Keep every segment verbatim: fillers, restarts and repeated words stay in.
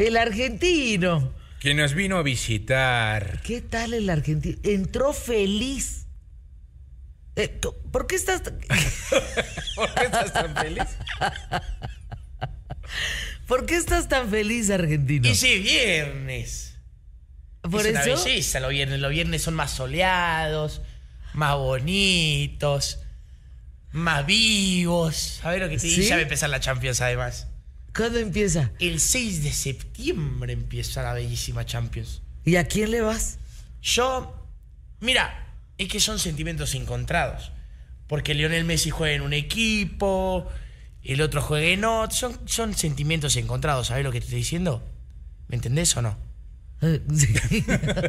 El argentino. Que nos vino a visitar. ¿Qué tal el argentino? Entró feliz. Eh, ¿Por qué estás tan... ¿Por qué estás tan feliz? ¿Por qué estás tan feliz, argentino? Y sí, viernes. ¿Por es eso? una belleza los viernes. Los viernes son más soleados, más bonitos, más vivos. A ver lo que te digo. ¿Sí? Ya va a empezar la Champions, además. ¿Cuándo empieza? El seis de septiembre empieza la bellísima Champions. ¿Y a quién le vas? Yo, mira, es que son sentimientos encontrados. Porque Lionel Messi juega en un equipo, el otro juega en otro. Son, son sentimientos encontrados, ¿sabes lo que te estoy diciendo? ¿Me entendés o no? Eh, sí.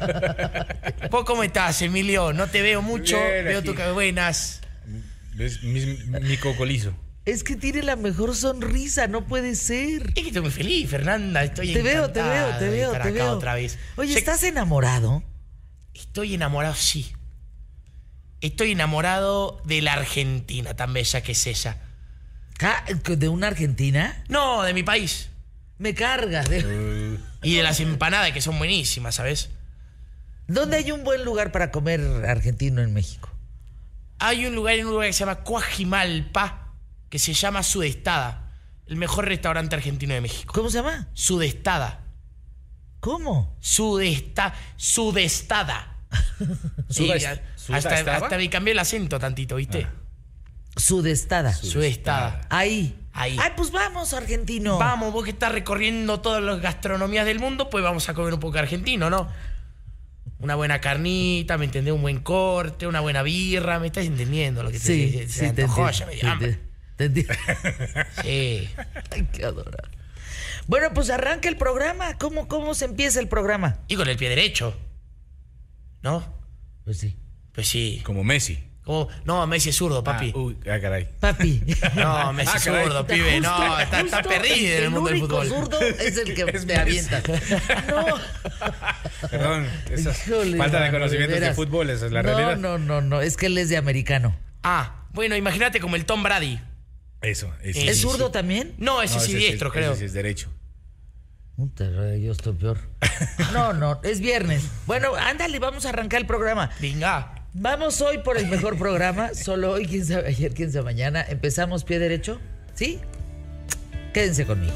¿Vos cómo estás, Emilio? No te veo mucho, Bien, veo aquí. tu cara buenas. Es mi, mi cocolizo. Es que tiene la mejor sonrisa, no puede ser. Es que estoy muy feliz, Fernanda. Estoy Te veo, te encantada veo, te de veo, estar te acá veo. otra vez. Oye, Sé- ¿estás enamorado? Estoy enamorado, sí. Estoy enamorado de la Argentina, tan bella que es ella. Ah, ¿de una argentina? No, de mi país. Me cargas. de- Y de las empanadas, que son buenísimas, ¿sabes? ¿Dónde hay un buen lugar para comer argentino en México? Hay un lugar en un lugar que se llama Coajimalpa, que se llama Sudestada. El mejor restaurante argentino de México. ¿Cómo se llama? Sudestada. ¿Cómo? Sudesta, Sudestada. Sí, Suda- ya- ¿Suda hasta, estaba? hasta me cambié el acento tantito, ¿viste? Sudestada. Sudestada. Ahí. Ahí. Ay, pues vamos, argentino. Vamos, vos que estás recorriendo todas las gastronomías del mundo, pues vamos a comer un poco argentino, ¿no? Una buena carnita, ¿me entendés? Un buen corte, una buena birra, ¿me estás entendiendo lo que te Sí, se- se sí, te antojó? entiendo. Ya me dio Te hambre. entiendo. Te entiendo. Sí. Ay, qué adorable. Bueno, pues arranca el programa. ¿Cómo, cómo se empieza el programa? Y con el pie derecho. ¿No? Pues sí. Pues sí. Como Messi. Como- no, Messi es zurdo, papi. Ah, uy, ah, caray. Papi. No, Messi Ah, es caray. zurdo, pibe. No, está, está Justo perdido en el mundo del fútbol. El único zurdo es el que Es te Messi. avienta. No. Perdón, esa Híjole, falta de mano, conocimientos de, veras. fútbol, esa es la no, realidad. No, no, no, es que él es de americano. Ah, bueno, imagínate como el Tom Brady. Eso, eso. ¿Es ¿Es sí, zurdo sí. también? No, ese No, sí ese diestro, ese creo. sí es derecho. Puta, yo estoy peor. No, no, es viernes. Bueno, ándale, vamos a arrancar el programa. Venga. Vamos hoy por el mejor programa. Solo hoy, quién sabe ayer, quién sabe mañana. ¿Empezamos pie derecho? ¿Sí? Quédense conmigo.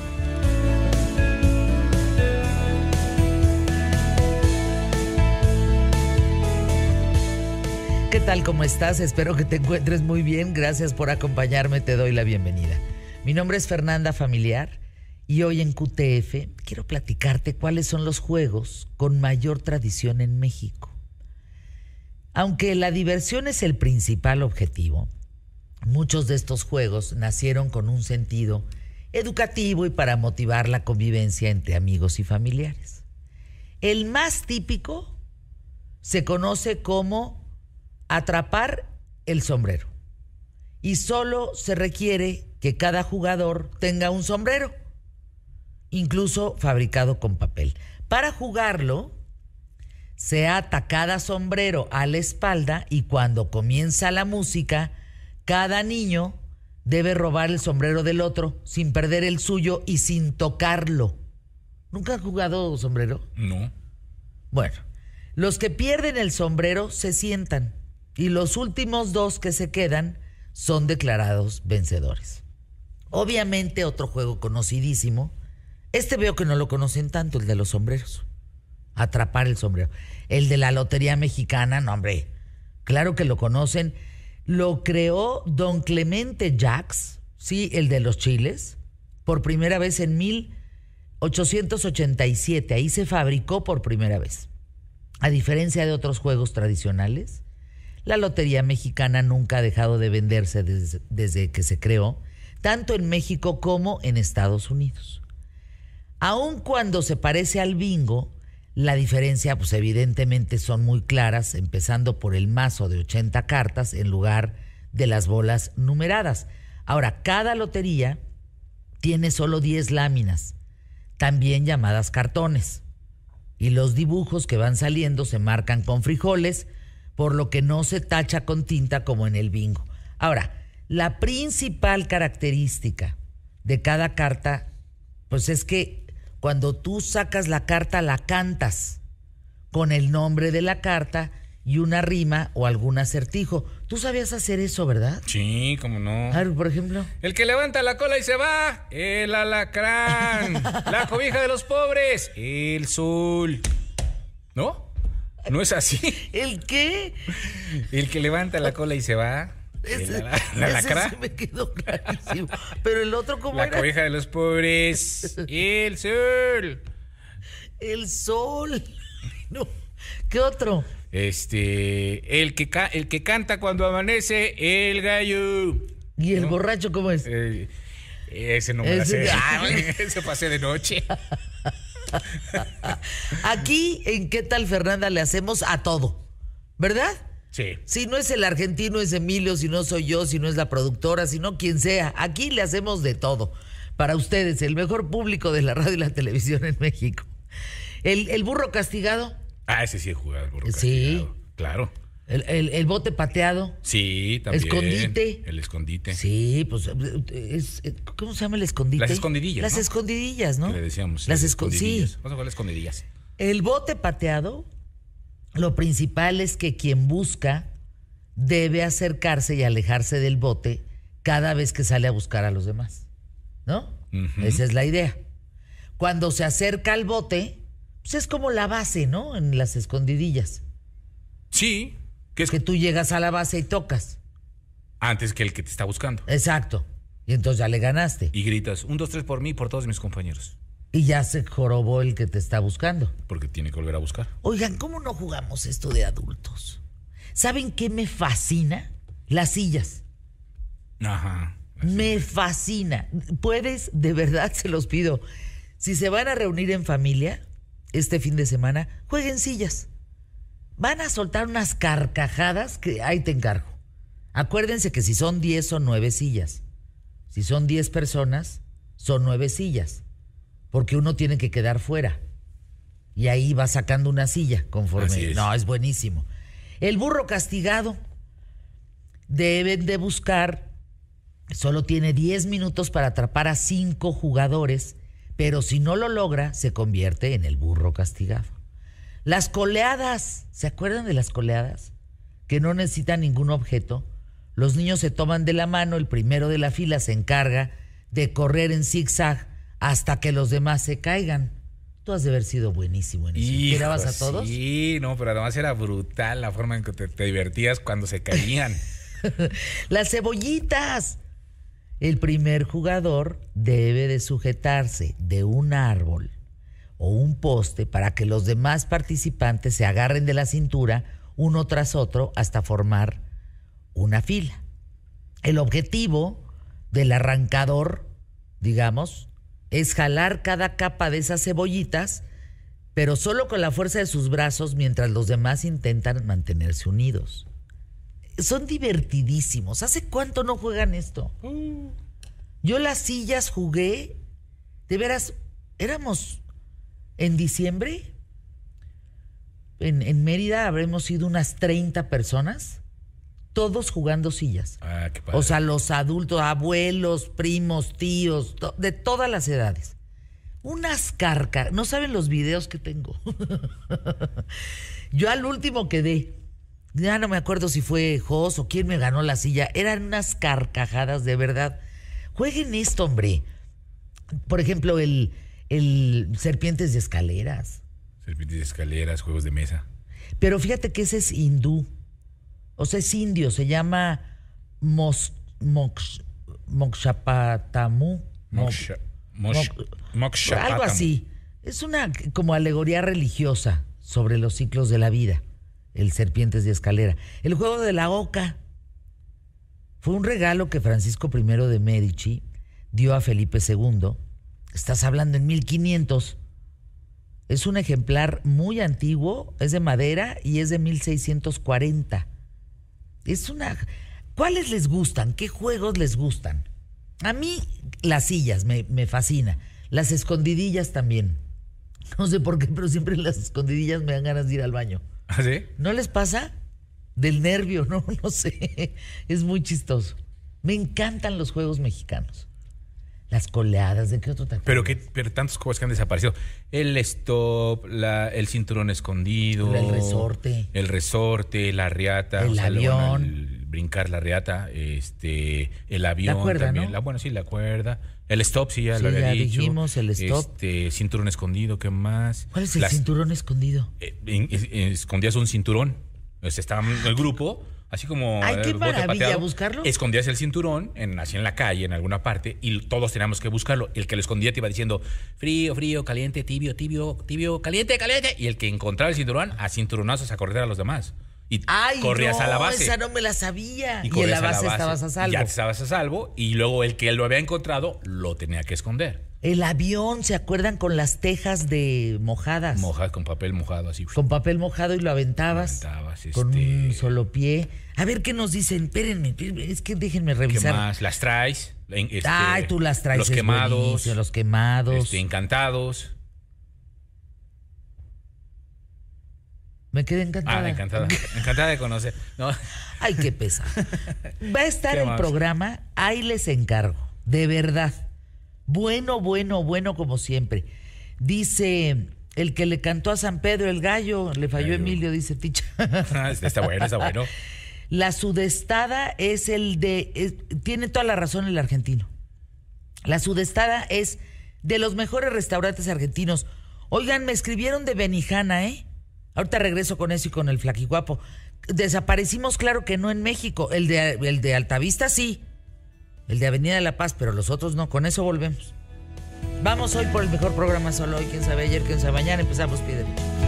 ¿Qué tal? ¿Cómo estás? Espero que te encuentres muy bien. Gracias por acompañarme. Te doy la bienvenida. Mi nombre es Fernanda Familiar y hoy en Q T F quiero platicarte cuáles son los juegos con mayor tradición en México. Aunque la diversión es el principal objetivo, muchos de estos juegos nacieron con un sentido educativo y para motivar la convivencia entre amigos y familiares. El más típico se conoce como atrapar el sombrero y solo se requiere que cada jugador tenga un sombrero, incluso fabricado con papel. Para jugarlo, se ata cada sombrero a la espalda y cuando comienza la música, cada niño debe robar el sombrero del otro sin perder el suyo y sin tocarlo. ¿Nunca han jugado sombrero? No. Bueno, los que pierden el sombrero se sientan y los últimos dos que se quedan son declarados vencedores. Obviamente otro juego conocidísimo, este veo que no lo conocen tanto, el de los sombreros. Atrapar el sombrero. El de la Lotería Mexicana, no hombre, claro que lo conocen. Lo creó don Clemente Jacques, sí, el de los chiles, por primera vez en mil ochocientos ochenta y siete. Ahí se fabricó por primera vez. A diferencia de otros juegos tradicionales, la Lotería Mexicana nunca ha dejado de venderse desde, desde que se creó, tanto en México como en Estados Unidos. Aun cuando se parece al bingo, la diferencia, pues evidentemente son muy claras, empezando por el mazo de ochenta cartas en lugar de las bolas numeradas. Ahora, cada lotería tiene solo diez láminas, también llamadas cartones, y los dibujos que van saliendo se marcan con frijoles, por lo que no se tacha con tinta como en el bingo. Ahora, la principal característica de cada carta, pues es que Cuando tú sacas la carta, la cantas con el nombre de la carta y una rima o algún acertijo. Tú sabías hacer eso, ¿verdad? Sí, cómo no. A ver, por ejemplo. El que levanta la cola y se va, el alacrán. La cobija de los pobres, el sol. ¿No? ¿No es así? ¿El qué? El que levanta la cola y se va, el Ese, ala- el alacrán. ese sí me quedó clarísimo. Pero el otro, ¿cómo La era? cobija de los pobres, el sol. El sol. No. ¿Qué otro? Este, el que, ca- el que canta cuando amanece, el gallo. ¿Y el ¿No? borracho cómo es? Eh, ese no me la Ese- sé. Ah, bueno. Ese pasé de noche. Aquí, en ¿Qué tal, Fernanda? Le hacemos a todo, ¿verdad? Sí. Si no es el argentino, es Emilio, si no soy yo, si no es la productora, si no quien sea. Aquí le hacemos de todo. Para ustedes, el mejor público de la radio y la televisión en México. El, el burro castigado, Ah, ese sí he jugado al burro Sí. castigado. Claro. el, el- el bote pateado. Sí, también. Escondite. El escondite. Sí, pues, es, ¿cómo se llama el escondite? Las escondidillas, Las ¿no? escondidillas, ¿no? Que le decíamos. Las sí, escondidillas. escondidillas. Vamos a jugar las escondidillas. El bote pateado, lo principal es que quien busca debe acercarse y alejarse del bote cada vez que sale a buscar a los demás, ¿no? Ujú. Esa es la idea. Cuando se acerca al bote, pues es como la base, ¿no? En las escondidillas. Sí. Que es Que tú llegas a la base y tocas. antes que el que te está buscando. Exacto. Y entonces ya le ganaste. Y gritas, un, dos, tres por mí y por todos mis compañeros. Y ya se jorobó el que te está buscando. Porque tiene que volver a buscar. Oigan, ¿cómo no jugamos esto de adultos? ¿Saben qué me fascina? Las sillas. Ajá. Me fascina. Puedes, de verdad se los pido. Si se van a reunir en familia este fin de semana, jueguen sillas. Van a soltar unas carcajadas que ahí te encargo. Acuérdense que si son diez son nueve sillas. Si son diez personas, son nueve sillas. Porque uno tiene que quedar fuera. Y ahí va sacando una silla conforme. Así es. No, es buenísimo. El burro castigado. Deben de buscar. Solo tiene diez minutos para atrapar a cinco jugadores, pero si no lo logra, se convierte en el burro castigado. Las coleadas, ¿se acuerdan de las coleadas? Que no necesitan ningún objeto. Los niños se toman de la mano, el primero de la fila se encarga de correr en zigzag hasta que los demás se caigan. Tú has de haber sido buenísimo en eso. Hijo, ¿Tirabas a todos? Sí, no, pero además era brutal la forma en que te, te divertías cuando se caían. Las cebollitas. El primer jugador debe de sujetarse de un árbol o un poste para que los demás participantes se agarren de la cintura uno tras otro hasta formar una fila. El objetivo del arrancador, digamos, es jalar cada capa de esas cebollitas, pero solo con la fuerza de sus brazos mientras los demás intentan mantenerse unidos. Son divertidísimos. ¿Hace cuánto no juegan esto? Yo las sillas jugué, de veras, éramos en diciembre, en, en Mérida habremos sido unas treinta personas, todos jugando sillas. Ah, qué padre. O sea, los adultos, abuelos, primos, tíos, to- de todas las edades. Unas carcas, no saben los videos que tengo. Yo al último quedé. Ya no me acuerdo si fue Jos o quién me ganó la silla. Eran unas carcajadas de verdad. Jueguen esto, hombre. Por ejemplo, el, el Serpientes de Escaleras. Serpientes de escaleras, juegos de mesa. Pero fíjate que ese es hindú. O sea, es indio. Se llama Mos, Mox, Mokshapatamu. Moksha, mosh, Mok- Mokshapatamu. Algo así. Es una como alegoría religiosa sobre los ciclos de la vida. El Serpientes de Escalera. El juego de la oca fue un regalo que Francisco I de Medici dio a Felipe segundo. Estás hablando en mil quinientos. Es un ejemplar muy antiguo, es de madera y es de mil seiscientos cuarenta. Es una... ¿Cuáles les gustan? ¿Qué juegos les gustan? A mí las sillas me, me fascina. Las escondidillas también. No sé por qué, pero siempre las escondidillas me dan ganas de ir al baño. ¿Ah, sí? ¿No les pasa? Del nervio, no, no sé. Es muy chistoso. Me encantan los juegos mexicanos. Las coleadas, ¿de qué otro te acuerdas? Pero, que, pero tantas cosas que han desaparecido. El stop, la, el cinturón escondido. El resorte. El resorte, la riata. El o sea, avión. Bueno, el brincar la riata, este, el avión la cuerda, también. ¿no? La, bueno, sí, la cuerda. El stop, sí, ya Sí, lo había ya dicho. dijimos, el stop. Este, cinturón escondido, ¿qué más? ¿Cuál es el Las- cinturón escondido? eh, en- en- escondías un cinturón. O sea, estaba el grupo, así como. Ay, qué el bote maravilla, pateado. ¿buscarlo? Escondías el cinturón, en, así en la calle, en alguna parte, y todos teníamos que buscarlo. El que lo escondía te iba diciendo frío, frío, caliente, tibio, tibio, tibio, caliente, caliente. Y el que encontraba el cinturón, a cinturonazos a correr a los demás. Y Ay, corrías no, a la base. esa no me la sabía. Y, en corrías la a base, estabas a salvo. Ya estabas a salvo. Y luego el que lo había encontrado lo tenía que esconder. El avión, ¿se acuerdan? Con las tejas de mojadas. Mojas con papel mojado así. Con papel mojado y lo aventabas. Lo aventabas, Con este- un solo pie. A ver qué nos dicen. Espérenme, espérenme, es que déjenme ¿Qué revisar. más? Las traes. en- este, Ay, tú las traes. Los es quemados. buenísimo, Los quemados. Este, encantados. Me quedé encantada. Ah, encantada. Encantada de conocer. No. Ay, qué pesa. Va a estar ¿Qué el más? programa, ahí les encargo, de verdad. Bueno, bueno, bueno como siempre. Dice el que le cantó a San Pedro el gallo, le falló Gallo. Emilio, dice Ticha. Está bueno, está bueno. La sudestada es el de... es- tiene toda la razón el argentino. La sudestada es de los mejores restaurantes argentinos. Oigan, me escribieron de Benihana, ¿eh? Ahorita regreso con eso y con el flaquiguapo. Desaparecimos, claro que no en México. El de, el de Altavista sí. El de Avenida de la Paz, pero los otros no. Con eso volvemos. Vamos hoy por el mejor programa solo hoy. Quién sabe ayer, quién sabe mañana. Empezamos, pide.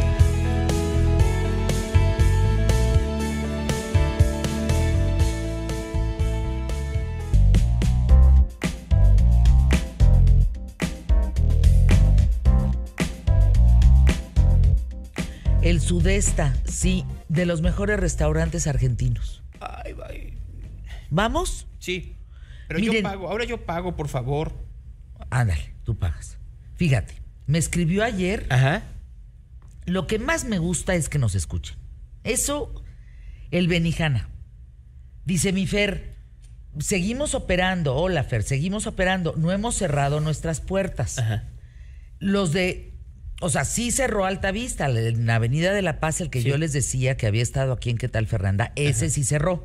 El Sudesta, sí, de los mejores restaurantes argentinos. Ay, ay. ¿Vamos? Sí. Pero Miren. yo pago. Ahora yo pago, por favor. Ándale, tú pagas. Fíjate, me escribió ayer. Ajá. Lo que más me gusta es que nos escuchen. Eso, el Benihana. Dice mi Fer, seguimos operando. Hola, Fer, seguimos operando. No hemos cerrado nuestras puertas. Ajá. Los de, o sea, sí cerró Altavista, en la Avenida de la Paz, el que Sí. yo les decía que había estado aquí en ¿Qué tal, Fernanda? Ese Ajá. sí cerró.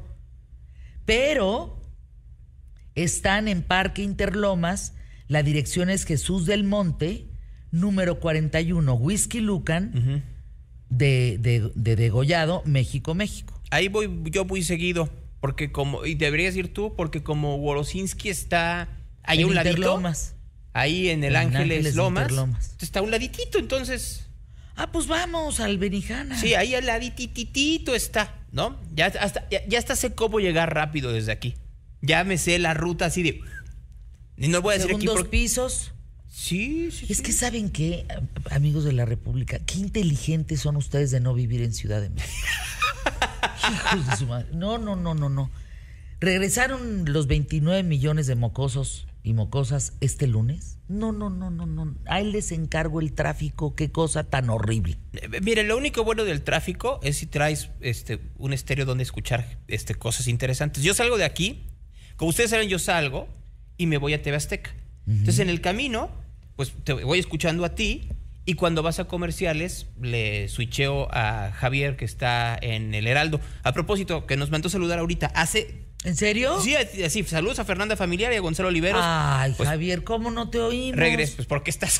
Pero están en Parque Interlomas, la dirección es Jesús del Monte, número cuarenta y uno, Whisky Lucan, Ujú. de, de, de Degollado, México, México. Ahí voy yo muy seguido. Porque como. Y deberías ir tú, porque como Worosinski está ahí a En un ladito. Interlomas. Ahí en el En Ángeles, Ángeles de Lomas. Interlomas. Está a un laditito, entonces. Ah, pues vamos al Benihana. Sí, ahí al ladititito está, ¿no? Ya hasta, ya, ya hasta sé cómo llegar rápido desde aquí. Ya me sé la ruta así de. Y no voy a decir aquí Segundos por- pisos. Sí, sí. Es sí. que ¿saben qué, amigos de la República? Qué inteligentes son ustedes de no vivir en Ciudad de México. Hijos de su madre. No, no, no, no, no. ¿Regresaron los veintinueve millones de mocosos y mocosas este lunes? No, no, no, no, no. Ahí les encargo el tráfico. Qué cosa tan horrible. Eh, Mire, lo único bueno del tráfico es si traes este, un estéreo donde escuchar este, cosas interesantes. Yo salgo de aquí, como ustedes saben, yo salgo y me voy a T V Azteca. Entonces, en el camino, pues te voy escuchando a ti y cuando vas a comerciales, le switcheo a Javier, que está en el Heraldo. A propósito, que nos mandó saludar ahorita. Hace. ¿En serio? Sí, así, saludos a Fernanda Familiar y a Gonzalo Oliveros. Ay, Pues, Javier, ¿cómo no te oímos? Regres, pues porque estás.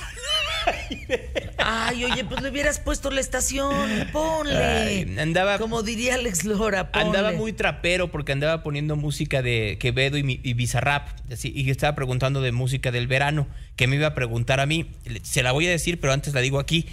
Ay, oye, pues le hubieras puesto la estación. Ponle. Ay, andaba- Como diría Alex Lora, ponle. Andaba muy trapero porque andaba poniendo música de Quevedo y, mi- y Bizarrap. Así, y estaba preguntando de música del verano, que me iba a preguntar a mí. Se la voy a decir, pero antes la digo aquí.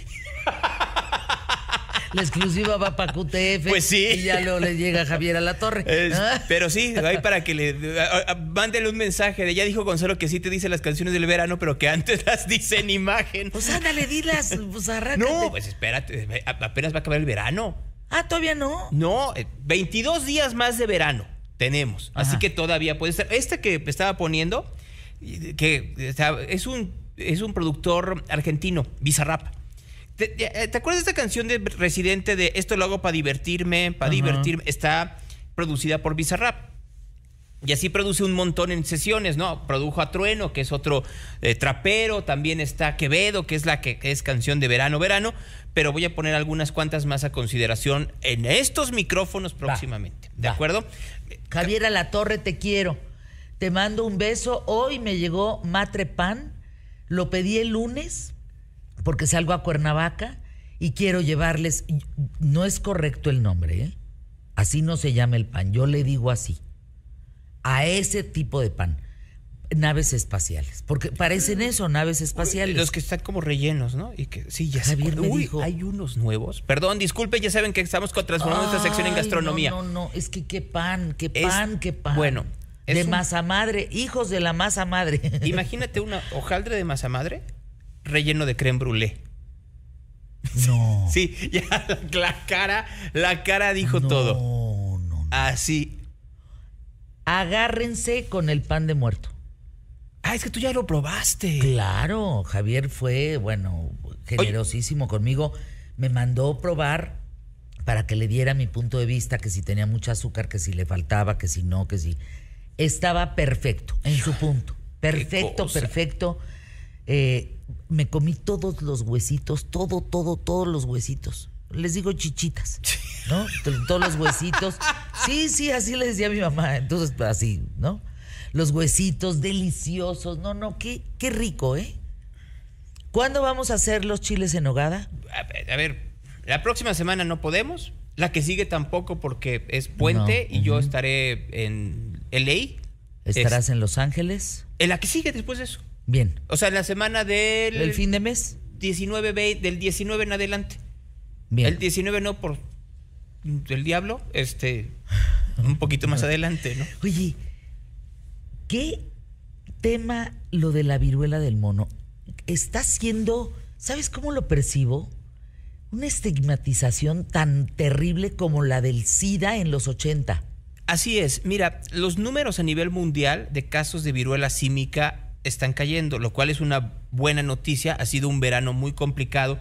La exclusiva va para Q T F. Pues sí. Y ya luego le llega a Javier a la torre. Es- ¿Ah? pero sí, ahí para que le. a- a- mándele un mensaje de. Ya dijo Gonzalo que sí te dice las canciones del verano, pero que antes las dice en imagen. Pues ándale, dilas, pues arráncate. No, pues espérate, a- apenas va a acabar el verano. Ah, ¿todavía no? No, eh, veintidós días más de verano tenemos. Así Ajá. que todavía puede ser. Este que estaba poniendo, y- que está- es un, es un productor argentino, Bizarrap. ¿Te, te- te acuerdas de esta canción de Residente de Esto lo hago para divertirme, para Ajá. divertirme? Está producida por Bizarrap. Y así produce un montón en sesiones, ¿no? Produjo a Trueno, que es otro eh, trapero. También está Quevedo, que es la que, que es canción de verano, verano. Pero voy a poner algunas cuantas más a consideración en estos micrófonos próximamente. Va, ¿de va. acuerdo? Javier Alatorre, te quiero. Te mando un beso. Hoy me llegó Matre Pan. Lo pedí el lunes porque salgo a Cuernavaca y quiero llevarles... No es correcto el nombre, ¿eh? Así no se llama el pan. Yo le digo así. A ese tipo de pan, naves espaciales, porque parecen eso, naves espaciales. Los que están como rellenos, ¿no? Y que sí, ya Javier se... me Uy, dijo, hay unos nuevos. Perdón, disculpe, ya saben que estamos transformando esta sección en gastronomía. No, no, no, es que qué pan, qué pan, es, qué pan. Bueno, de un... masa madre, hijos de la masa madre. Imagínate una hojaldre de masa madre relleno de crème brûlée. No. Sí, ya la, la cara, la cara dijo no, todo. No, no. Así. Agárrense con el pan de muerto. Ah, es que tú ya lo probaste. Claro, Javier fue, bueno, generosísimo Oye. conmigo. Me mandó probar para que le diera mi punto de vista, que si tenía mucho azúcar, que si le faltaba, que si no, que si... Estaba perfecto, en su punto. Perfecto, perfecto. Eh, me comí todos los huesitos, todo, todo, todos los huesitos. Les digo chichitas, ¿no? Todos los huesitos. Sí, sí, así le decía a mi mamá. Entonces, así, ¿no? Los huesitos deliciosos. No, no, qué, qué rico, ¿eh? ¿Cuándo vamos a hacer los chiles en nogada? A ver, a ver, la próxima semana no podemos. La que sigue tampoco porque es puente no. y uh-huh. yo estaré en L A. ¿Estarás es, en Los Ángeles? En la que sigue después de eso. Bien. O sea, en la semana del... ¿El fin de mes? diecinueve, veinte, del diecinueve en adelante. Bien. El diecinueve no por el diablo, este, un poquito más adelante, ¿no? Oye, ¿qué tema lo de la viruela del mono? Está siendo, ¿sabes cómo lo percibo? Una estigmatización tan terrible como la del SIDA en los ochenta. Así es. Mira, los números a nivel mundial de casos de viruela símica están cayendo, lo cual es una buena noticia. Ha sido un verano muy complicado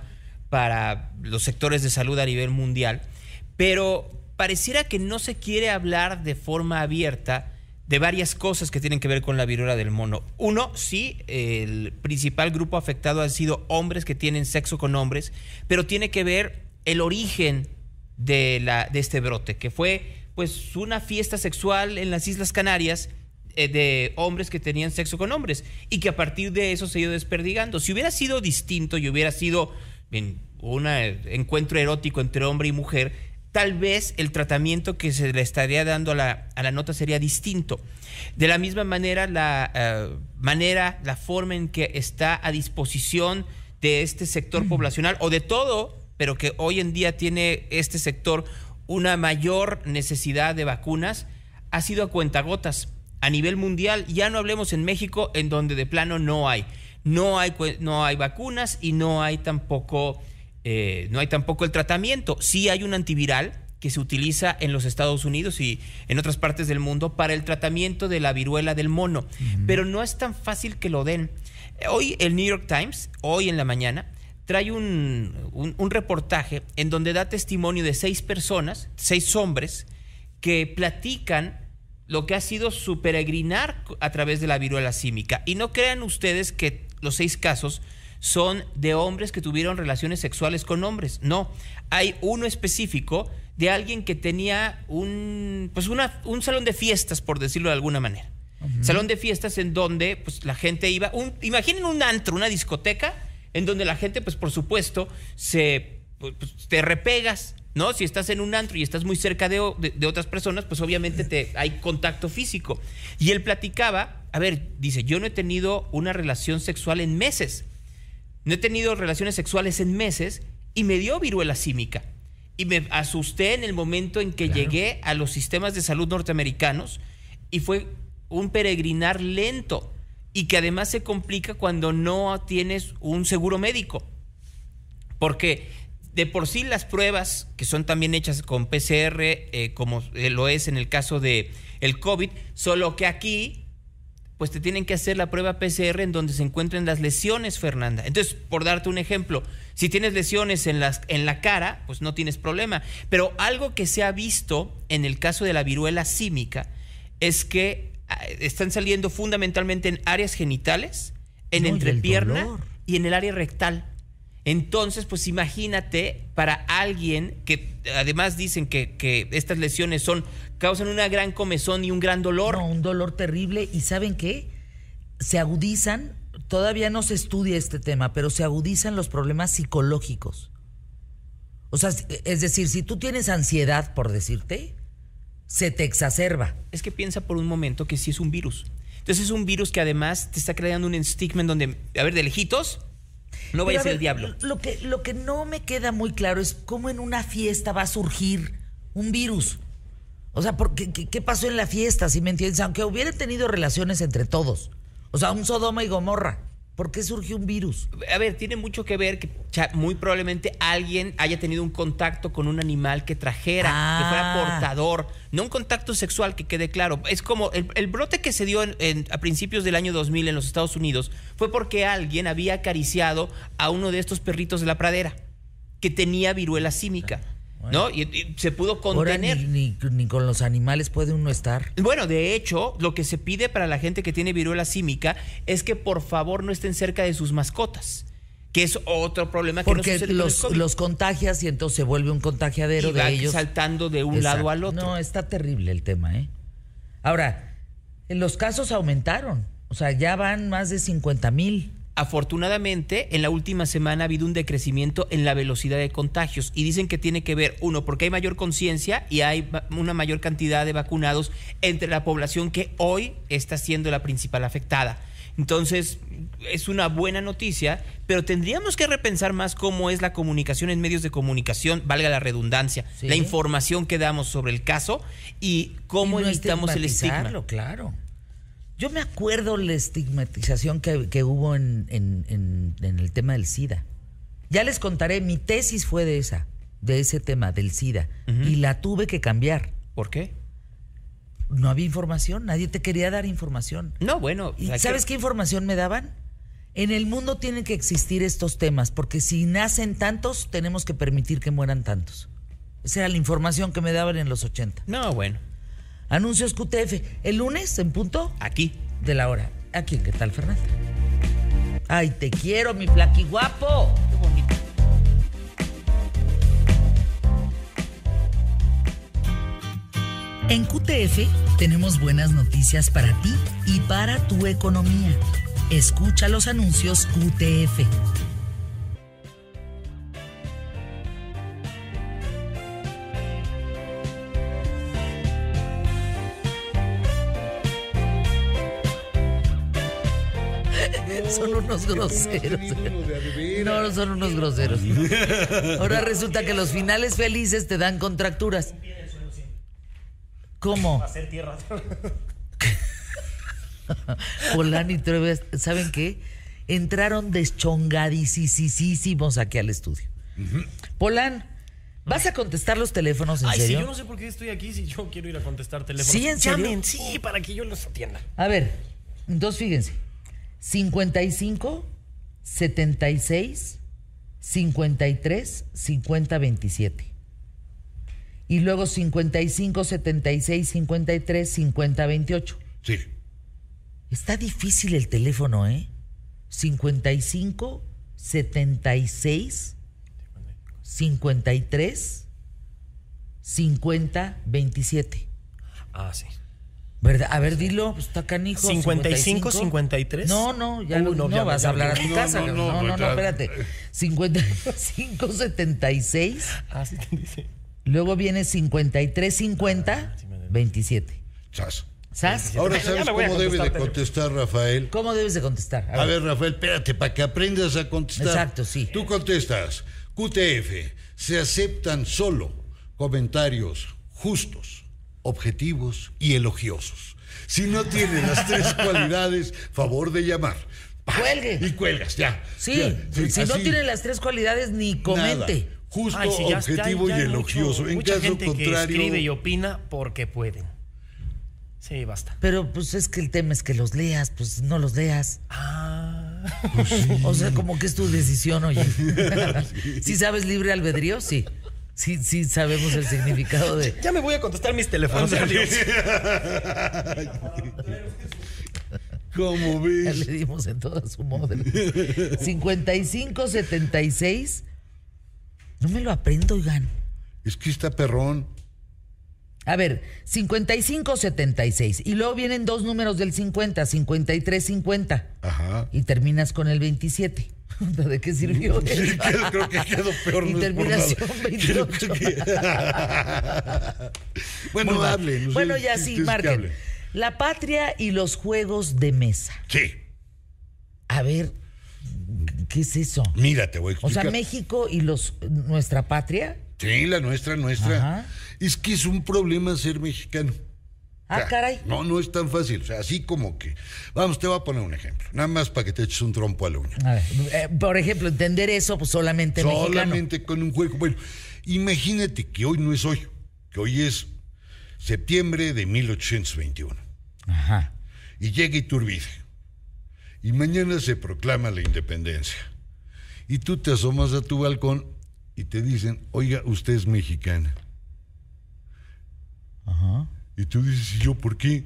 para los sectores de salud a nivel mundial, pero pareciera que no se quiere hablar de forma abierta de varias cosas que tienen que ver con la viruela del mono. Uno, sí, el principal grupo afectado han sido hombres que tienen sexo con hombres, pero tiene que ver el origen de, la, de este brote, que fue pues una fiesta sexual en las Islas Canarias eh, de hombres que tenían sexo con hombres y que a partir de eso se ha ido desperdigando. Si hubiera sido distinto y hubiera sido en un encuentro erótico entre hombre y mujer, tal vez el tratamiento que se le estaría dando a la, a la nota sería distinto. De la misma manera, la uh, manera, la forma en que está a disposición de este sector mm. poblacional, o de todo, pero que hoy en día tiene este sector una mayor necesidad de vacunas, ha sido a cuentagotas. A nivel mundial, ya no hablemos en México, en donde de plano no hay. No hay, no hay vacunas y no hay tampoco, eh, no hay tampoco el tratamiento. Sí hay un antiviral que se utiliza en los Estados Unidos y en otras partes del mundo para el tratamiento de la viruela del mono, uh-huh. pero no es tan fácil que lo den. Hoy el New York Times, hoy en la mañana, trae un, un, un reportaje en donde da testimonio de seis personas, seis hombres, que platican lo que ha sido su peregrinar a través de la viruela símica. Y no crean ustedes que los seis casos son de hombres que tuvieron relaciones sexuales con hombres. No, hay uno específico de alguien que tenía un, pues una, un salón de fiestas, por decirlo de alguna manera. Uh-huh. Salón de fiestas en donde pues, la gente iba... Un, imaginen un antro, una discoteca, en donde la gente, pues por supuesto, se pues, te repegas, ¿no? Si estás en un antro y estás muy cerca de, de, de otras personas, pues obviamente te, hay contacto físico. Y él platicaba, a ver, dice, yo no he tenido una relación sexual en meses. No he tenido relaciones sexuales en meses y me dio viruela símica. Y me asusté en el momento en que claro. llegué a los sistemas de salud norteamericanos y fue un peregrinar lento y que además se complica cuando no tienes un seguro médico. Porque de por sí las pruebas, que son también hechas con P C R, eh, como lo es en el caso de el COVID, solo que aquí pues te tienen que hacer la prueba P C R en donde se encuentren las lesiones, Fernanda. Entonces, por darte un ejemplo, si tienes lesiones en, las, en la cara, pues no tienes problema. Pero algo que se ha visto en el caso de la viruela símica es que están saliendo fundamentalmente en áreas genitales, en No, y el entrepierna dolor. y en el área rectal. Entonces, pues imagínate para alguien que además dicen que, que estas lesiones son causan una gran comezón y un gran dolor. No, un dolor terrible. ¿Y saben qué? Se agudizan, todavía no se estudia este tema, pero se agudizan los problemas psicológicos. O sea, es decir, si tú tienes ansiedad, por decirte, se te exacerba. Es que piensa por un momento que sí es un virus. Entonces es un virus que además te está creando un estigma en donde, a ver, de lejitos, no vaya a ser el diablo. Lo que, lo que no me queda muy claro es cómo en una fiesta va a surgir un virus. O sea, porque, ¿qué, qué pasó en la fiesta? ¿Sí me entiendes? Aunque hubieran tenido relaciones entre todos. O sea, un Sodoma y Gomorra. ¿Por qué surgió un virus? A ver, tiene mucho que ver que cha, muy probablemente alguien haya tenido un contacto con un animal que trajera, Ah. que fuera portador. No un contacto sexual, que quede claro. Es como el, el brote que se dio en, en, a principios del año dos mil en los Estados Unidos fue porque alguien había acariciado a uno de estos perritos de la pradera que tenía viruela símica. ¿No? Y, y se pudo contener. Ahora ni, ni, ni con los animales puede uno estar. Bueno, de hecho, lo que se pide para la gente que tiene viruela símica es que por favor no estén cerca de sus mascotas, que es otro problema que Porque no sucede los, con el COVID. los contagias y entonces se vuelve un contagiadero Y de va ellos. saltando de un Exacto. lado al otro. No, está terrible el tema, ¿eh? Ahora, los casos aumentaron. O sea, ya van más de cincuenta mil. Afortunadamente, en la última semana ha habido un decrecimiento en la velocidad de contagios y dicen que tiene que ver, uno, porque hay mayor conciencia y hay una mayor cantidad de vacunados entre la población que hoy está siendo la principal afectada. Entonces, es una buena noticia, pero tendríamos que repensar más cómo es la comunicación en medios de comunicación, valga la redundancia, Sí. la información que damos sobre el caso y cómo Y no evitamos el estigma. estigmatizarlo, claro. Yo me acuerdo la estigmatización que, que hubo en, en, en, en el tema del SIDA. Ya les contaré, mi tesis fue de esa, de ese tema, del SIDA. Ujú. Y la tuve que cambiar. ¿Por qué? No había información, nadie te quería dar información. No, bueno. ¿Y hay sabes que- qué información me daban? En el mundo tienen que existir estos temas, porque si nacen tantos, tenemos que permitir que mueran tantos. Esa era la información que me daban en los ochenta. No, bueno. Anuncios Q T F. El lunes, en punto Aquí. de la hora. Aquí, ¿qué tal, Fernanda? Ay, te quiero, mi flaqui guapo. Qué bonito. En Q T F tenemos buenas noticias para ti y para tu economía. Escucha los anuncios Q T F. Son unos groseros. No, no son unos groseros. Ahora resulta que los finales felices te dan contracturas. ¿Cómo? Hacer tierra. Polán y Treves, ¿saben qué? Entraron deschongadísimos aquí al estudio. Polán, ¿vas a contestar los teléfonos en Ay, sí, serio? yo no sé por qué estoy aquí si yo quiero ir a contestar teléfonos. ¿Sí, en serio? Llamen, sí, para que yo los atienda. A ver, entonces fíjense. cincuenta y cinco, setenta y seis, cincuenta y tres, cincuenta, veintisiete. Y luego cincuenta y cinco, setenta y seis, cincuenta y tres, cincuenta, veintiocho. Sí. Está difícil el teléfono, ¿eh? cincuenta y cinco, setenta y seis, cincuenta y tres, cincuenta, veintisiete. Ah, sí. ¿Verdad? A ver, dilo, pues está canijo. cincuenta y cinco, cincuenta y tres. No, no, ya Uy, no, no, no ya vas me- a ya me hablar a tu No, casa. no, cabrón. no, No, no, no, ya. espérate. cincuenta y cinco, setenta y seis, Ah, sí, te dice. luego viene cincuenta y tres, cincuenta, sí me da. veintisiete. Sas. ¿Sabes? Ahora Bueno, ya sabes me voy a cómo debe de contestar, contestar Rafael. ¿Cómo debes de contestar? A ver, Rafael, espérate, para que aprendas a contestar. Exacto, sí. Tú contestas. Q T F. Se aceptan solo comentarios justos, objetivos y elogiosos. Si no tiene las tres cualidades, favor de llamar. ¡Pah! Cuelgue. Y cuelgas, ya. Sí, ya, si no así, tiene las tres cualidades, ni nada. comente. Justo, Ay, sí, ya- objetivo ya- ya y hay elogioso. mucho- en mucha caso gente contrario. que escribe y opina porque pueden. Sí, basta. Pero pues es que el tema es que los leas, pues no los leas. Ah. O sea, como que es tu decisión, oye. ¿Sí sabes libre albedrío? Sí. Sí, sí sabemos el significado de... Ya me voy a contestar mis teléfonos. Adiós. ¿Cómo Ya ves? le dimos en toda su madre. cincuenta y cinco setenta y seis. No me lo aprendo, oigan. Es que está perrón. A ver, cincuenta y cinco setenta y seis. Y luego vienen dos números del cincuenta, cincuenta y tres cincuenta. Ajá. Y terminas con el veintisiete. ¿De qué sirvió? Sí, eso? creo, creo que quedó peor. Y no es por terminación nada. veintiocho. Creo que- bueno, Muy mal. hable. no sé, Bueno, ya ustedes sí, que marquen. hablen. La patria y los juegos de mesa. Sí. A ver, ¿qué es eso? Mira, te voy a O sea, explicar. México y los nuestra patria. Sí, la nuestra, nuestra. Ajá. Es que es un problema ser mexicano. Ah, O sea, caray. No, no es tan fácil. O sea, así como que. Vamos, te voy a poner un ejemplo. Nada más para que te eches un trompo a la uña. A ver, eh, por ejemplo, entender eso, pues solamente mexicano. Solamente con un juego. Bueno, imagínate que hoy no es hoy, que hoy es septiembre de mil ochocientos veintiuno. Ajá. Y llega Iturbide. Y mañana se proclama la independencia. Y tú te asomas a tu balcón y te dicen, oiga, usted es mexicana. Ajá. Y tú dices, ¿y yo por qué?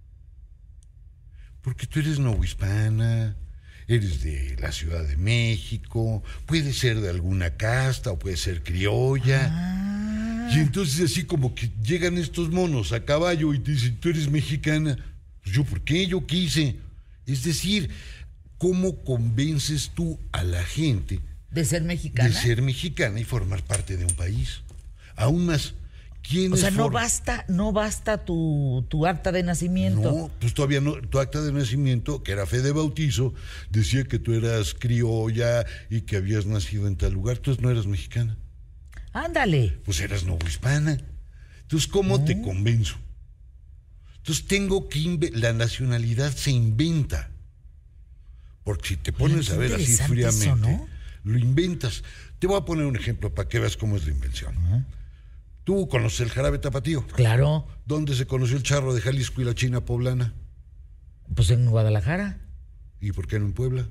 Porque tú eres novohispana, eres de la Ciudad de México, puede ser de alguna casta o puede ser criolla. Ah. Y entonces así como que llegan estos monos a caballo y te dicen, tú eres mexicana. Pues yo, ¿por qué? Yo quise. Es decir, ¿cómo convences tú a la gente De ser mexicana. de ser mexicana y formar parte de un país? Aún más, ¿quién O sea, es no for- basta, no basta tu, tu acta de nacimiento. No, pues todavía no. Tu acta de nacimiento, que era fe de bautizo, decía que tú eras criolla y que habías nacido en tal lugar. Entonces no eras mexicana. Ándale. Pues eras novohispana. Entonces, ¿cómo te convenzo? Entonces tengo que... inve- La nacionalidad se inventa. Porque si te pones qué a ver así interesante fríamente, eso, ¿no? lo inventas. Te voy a poner un ejemplo para que veas cómo es la invención. Tú conoces el jarabe tapatío. Claro. ¿Dónde se conoció el charro de Jalisco y la China poblana? Pues en Guadalajara. ¿Y por qué no en Puebla?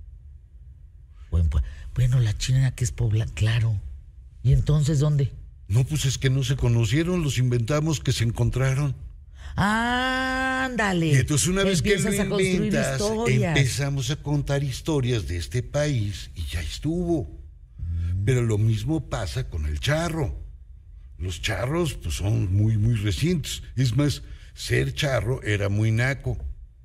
Bueno, pues, bueno, la China que es Puebla, claro. ¿Y entonces dónde? No, pues es que no se conocieron, los inventamos que se encontraron. Ándale. Y entonces una vez que lo Empiezas a construir inventas, historias. empezamos a contar historias de este país y ya estuvo. Pero lo mismo pasa con el charro. Los charros pues son muy, muy recientes. Es más, ser charro era muy naco.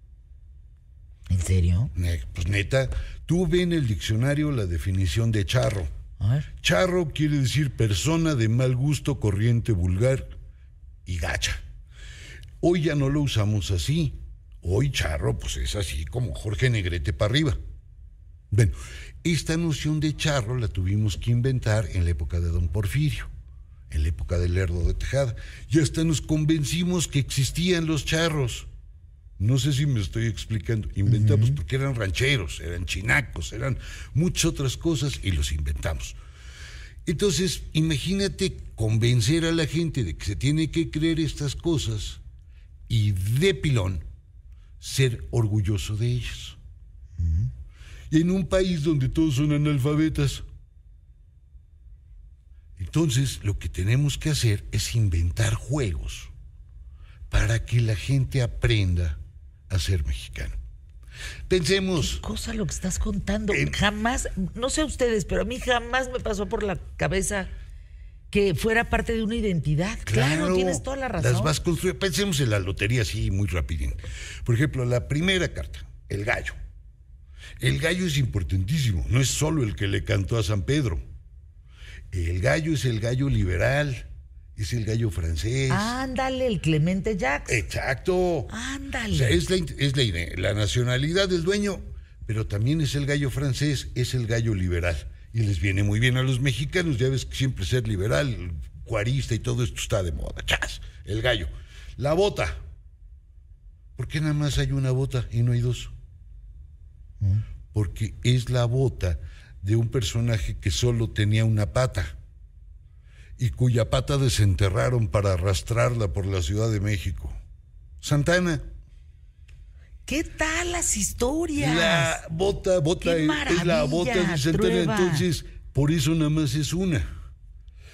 ¿En serio? Ne- Pues neta, tú ve en el diccionario la definición de charro. A ver. Charro quiere decir persona de mal gusto, corriente, vulgar y gacha. Hoy ya no lo usamos así. Hoy charro pues es así como Jorge Negrete para arriba. Bueno, esta noción de charro la tuvimos que inventar en la época de Don Porfirio, en la época del Lerdo de Tejada. Y hasta nos convencimos que existían los charros. No sé si me estoy explicando. Inventamos uh-huh. porque eran rancheros, eran chinacos, eran muchas otras cosas y los inventamos. Entonces, imagínate convencer a la gente de que se tiene que creer estas cosas y de pilón ser orgulloso de ellas. Uh-huh. Y en un país donde todos son analfabetas. Entonces, lo que tenemos que hacer es inventar juegos para que la gente aprenda a ser mexicano. Pensemos. ¿Qué cosa lo que estás contando? En... Jamás, no sé ustedes, pero a mí jamás me pasó por la cabeza que fuera parte de una identidad. Claro, claro tienes toda la razón. Las vas construyendo. Pensemos en la lotería así muy rapidín. Por ejemplo, la primera carta, el gallo. El gallo es importantísimo. No es solo el que le cantó a San Pedro. El gallo es el gallo liberal. Es el gallo francés. Ándale, el Clemente Jacques. Exacto. Ándale. O sea, es, la, es la, la nacionalidad del dueño, pero también es el gallo francés, es el gallo liberal. Y les viene muy bien a los mexicanos. Ya ves que siempre ser liberal, cuarista y todo esto está de moda. ¡Chas! El gallo. La bota. ¿Por qué nada más hay una bota y no hay dos? ¿Mm? Porque es la bota de un personaje que solo tenía una pata y cuya pata desenterraron para arrastrarla por la Ciudad de México. Santana. ¿Qué tal las historias? La bota, bota Qué es la bota de Santana, Trueba. entonces por eso nada más es una.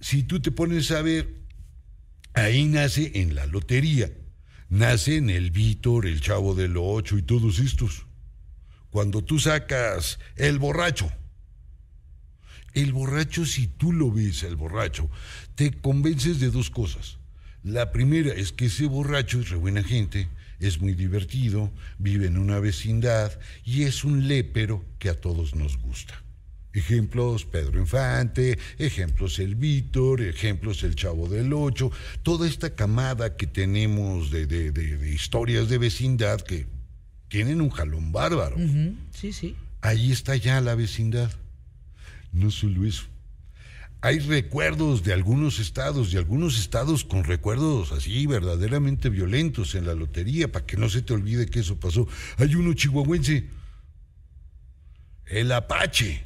si tú te pones a ver, ahí nace en la lotería, nace en el Víctor, el Chavo del Ocho y todos estos. Cuando tú sacas el borracho, el borracho, si tú lo ves, el borracho, te convences de dos cosas. La primera es que ese borracho es re buena gente, es muy divertido, vive en una vecindad y es un lépero que a todos nos gusta. Ejemplos, Pedro Infante, ejemplos el Víctor, ejemplos el Chavo del Ocho, toda esta camada que tenemos de, de, de, de historias de vecindad que tienen un jalón bárbaro. Uh-huh. Sí, sí. Ahí está ya la vecindad. No solo eso. Hay recuerdos de algunos estados, y algunos estados con recuerdos así verdaderamente violentos en la lotería, para que no se te olvide que eso pasó. Hay uno chihuahuense, el Apache.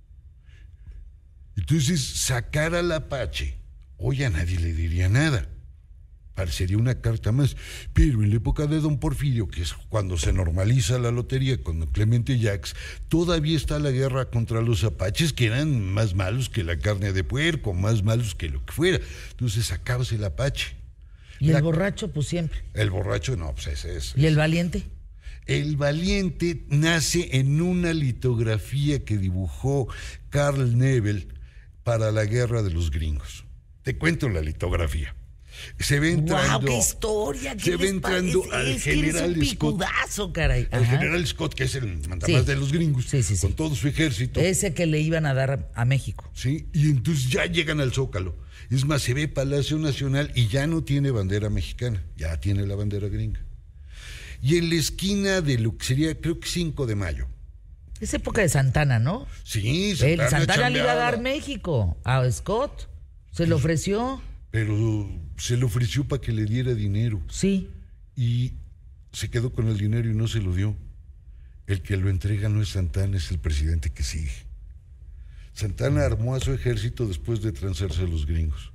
Entonces, sacar al Apache, hoy a nadie le diría nada. Parecería una carta más. Pero en la época de don Porfirio, que es cuando se normaliza la lotería con don Clemente Jacques, todavía está la guerra contra los apaches, que eran más malos que la carne de puerco, más malos que lo que fuera. Entonces sacabas el Apache. Y la, el borracho, pues siempre. El borracho, no, pues ese es. ¿Y el valiente? El valiente nace en una litografía que dibujó Carl Nebel para la guerra de los gringos. Te cuento la litografía. Se ve entrando. ¡Wow, qué historia! ¿Qué se ve entrando es, al es general que eres un Scott. Picudazo, caray. Al Ajá. general Scott, que es el mandamás Sí. de los gringos, Sí, sí, sí. con todo su ejército. Ese que le iban a dar a México. Sí, y entonces ya llegan al Zócalo. Es más, se ve Palacio Nacional y ya no tiene bandera mexicana, ya tiene la bandera gringa. Y en la esquina de lo que sería, creo que cinco de mayo. Es época de Santana, ¿no? Sí, El Santana, Santana le iba a chambeaba. dar México a Scott. Se le ofreció. Pero se le ofreció para que le diera dinero. Sí. Y se quedó con el dinero y no se lo dio. El que lo entrega no es Santana, es el presidente que sigue. Santana armó a su ejército después de transarse a los gringos.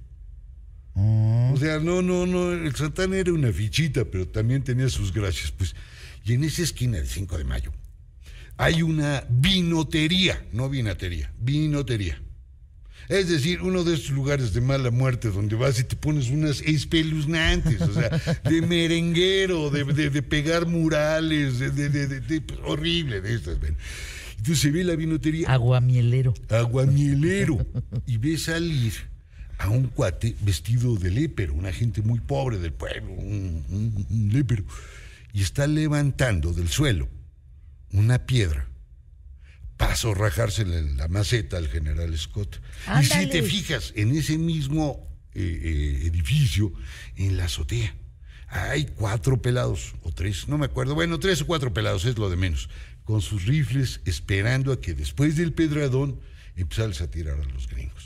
O sea, no, no, no, el Santana era una fichita, pero también tenía sus gracias, pues. Y en esa esquina del cinco de mayo hay una vinotería, no vinatería, vinotería. Es decir, uno de esos lugares de mala muerte donde vas y te pones unas espeluznantes, o sea, de merenguero, de, de, de pegar murales, de, de, de, de, de pues, horrible de estas. Ven. Entonces se ve la vinotería. Aguamielero. Aguamielero. Y ve salir a un cuate vestido de lépero, una gente muy pobre del pueblo, un, un, un lépero. Y está levantando del suelo una piedra para zorrajársela en la maceta al general Scott. ¡Ándale! Y si te fijas, en ese mismo eh, eh, edificio, en la azotea, hay cuatro pelados, o tres, no me acuerdo, bueno, tres o cuatro pelados, es lo de menos, con sus rifles esperando a que después del pedradón empezaras a tirar a los gringos.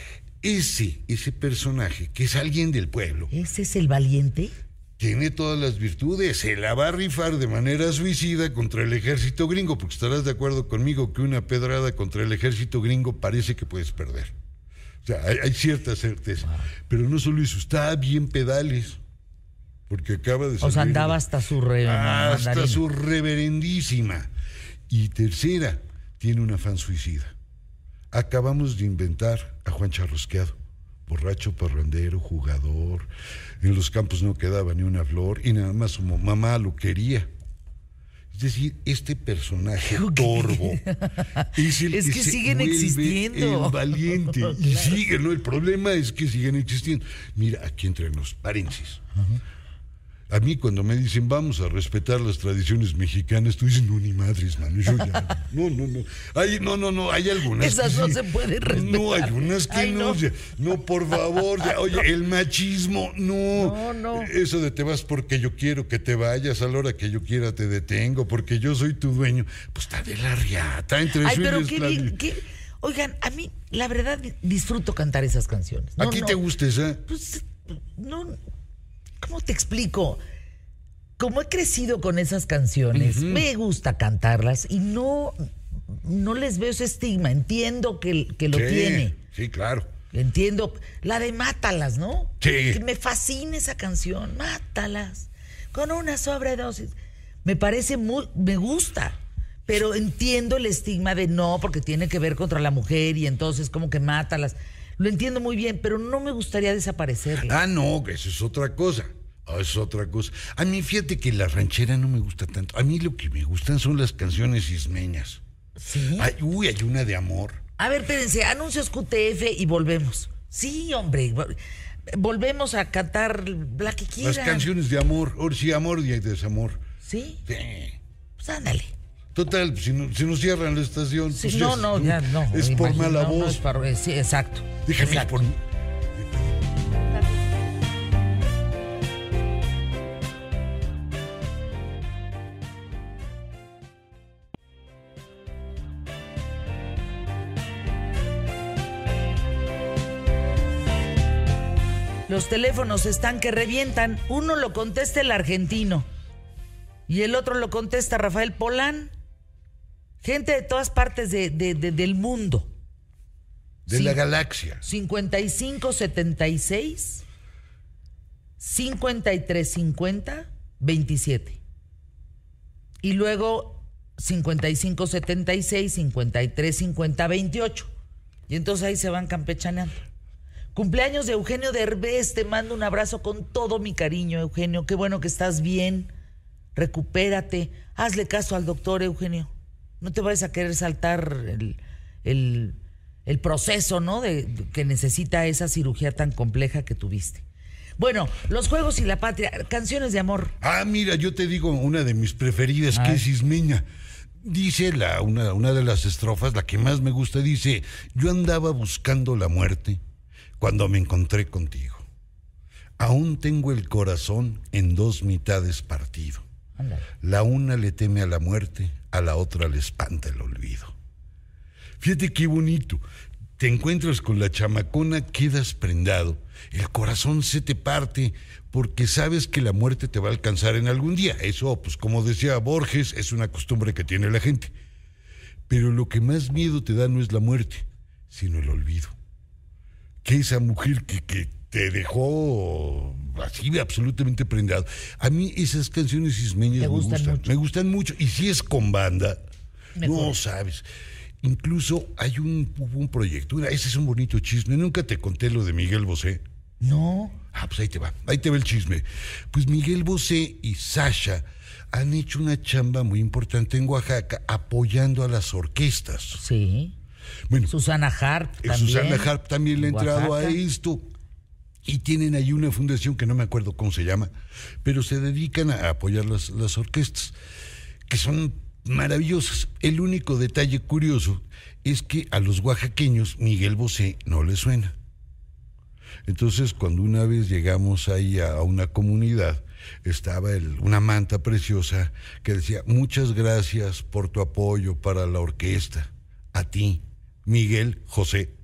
Ese, ese personaje, que es alguien del pueblo, ¿Ese es el valiente? tiene todas las virtudes, se la va a rifar de manera suicida contra el ejército gringo, porque estarás de acuerdo conmigo que una pedrada contra el ejército gringo parece que puedes perder. O sea, hay, hay cierta certeza. Wow. Pero no solo eso, está bien pedales, porque acaba de salir. O sea, andaba hasta su re Hasta mandarina. su reverendísima. Y tercera, tiene un afán suicida. Acabamos de inventar a Juan Charrosqueado. Borracho, parrandero, jugador. En los campos no quedaba ni una flor y nada más su mamá lo quería. Es decir, este personaje torvo es, el es que, que se siguen vuelve existiendo. el valiente. Claro. Y siguen, ¿no? El problema es que siguen existiendo. Mira, aquí entre nos, paréntesis. Uh-huh. A mí cuando me dicen vamos a respetar las tradiciones mexicanas, tú dices, no, ni madres, mano, yo ya, no, no, no, hay, no, no, no, hay algunas Esas que no sí. se pueden respetar. No, hay unas que Ay, no, no. ya, no, por favor, ya, oye, el machismo, no, No, no. eso de te vas porque yo quiero que te vayas, a la hora que yo quiera te detengo, porque yo soy tu dueño, pues está de la riata, entre Ay, pero sueños, qué, la- bien, qué- Oigan, a mí, la verdad, disfruto cantar esas canciones. ¿A No, ti no, te gusta esa? Pues, no, ¿cómo te explico? Como he crecido con esas canciones, uh-huh. me gusta cantarlas y no, no les veo ese estigma. Entiendo que, que lo Sí, tiene. sí, claro. Entiendo. La de Mátalas, ¿no? Sí. Que me fascina esa canción. Mátalas. Con una sobredosis. Me parece muy. Me gusta. Pero entiendo el estigma de no, porque tiene que ver contra la mujer y entonces como que mátalas. Lo entiendo muy bien, pero no me gustaría desaparecerla. Ah, no, eso es otra cosa. Ah, es otra cosa. A mí fíjate que la ranchera no me gusta tanto. A mí lo que me gustan son las canciones ismeñas. ¿Sí? Ay, uy, hay una de amor. A ver, espérense, anuncios Q T F y volvemos. Sí, hombre, volvemos a cantar la que quieran. Las canciones de amor. Ahora sí, amor y desamor. ¿Sí? Sí. Pues ándale. Total, si, no, si nos cierran la estación. Sí, pues no, es, no, ya no. Es por imagino, mala no, voz. No es para, sí, exacto. Déjame exacto. por. Los teléfonos están que revientan. Uno lo contesta el argentino y el otro lo contesta Rafael Polán. Gente de todas partes de, de, de, del mundo. De Sí. la galaxia. cincuenta y cinco setenta y seis cincuenta y tres cincuenta veintisiete. Y luego cincuenta y cinco setenta y seis cincuenta y tres cincuenta veintiocho. Y entonces ahí se van campechaneando. Cumpleaños de Eugenio Derbez, te mando un abrazo con todo mi cariño, Eugenio. Qué bueno que estás bien. Recupérate. Hazle caso al doctor, Eugenio. No te vayas a querer saltar el, el, el proceso, ¿no? De, de, que necesita esa cirugía tan compleja que tuviste. Bueno, Los Juegos y la Patria, canciones de amor. Ah, mira, yo te digo una de mis preferidas, Ay. que es ismeña. Dice la, una, una de las estrofas, la que más me gusta, dice: yo andaba buscando la muerte cuando me encontré contigo. Aún tengo el corazón en dos mitades partido. Ándale. La una le teme a la muerte, a la otra le espanta el olvido. Fíjate qué bonito. Te encuentras con la chamacona, quedas prendado, el corazón se te parte porque sabes que la muerte te va a alcanzar en algún día. Eso, pues como decía Borges, es una costumbre que tiene la gente. Pero lo que más miedo te da no es la muerte, sino el olvido. Que esa mujer que, que te dejó así absolutamente prendado. A mí esas canciones ismeñas me gustan gustan, mucho. me gustan mucho. Y si es con banda, Mejor. no sabes. Incluso hay un, un proyecto, una- ese es un bonito chisme. Nunca te conté lo de Miguel Bosé. No. Ah, pues ahí te va, ahí te va el chisme. Pues Miguel Bosé y Sasha han hecho una chamba muy importante en Oaxaca apoyando a las orquestas. Sí. Bueno, Susana Harp eh, también. Susana Harp también le ha entrado Oaxaca. a esto. Y tienen ahí una fundación que no me acuerdo cómo se llama, pero se dedican a apoyar las, las orquestas, que son maravillosas. El único detalle curioso es que a los oaxaqueños Miguel Bosé no les suena. Entonces, cuando una vez llegamos ahí a, a una comunidad, estaba el, una manta preciosa que decía: muchas gracias por tu apoyo para la orquesta. A ti, Miguel José.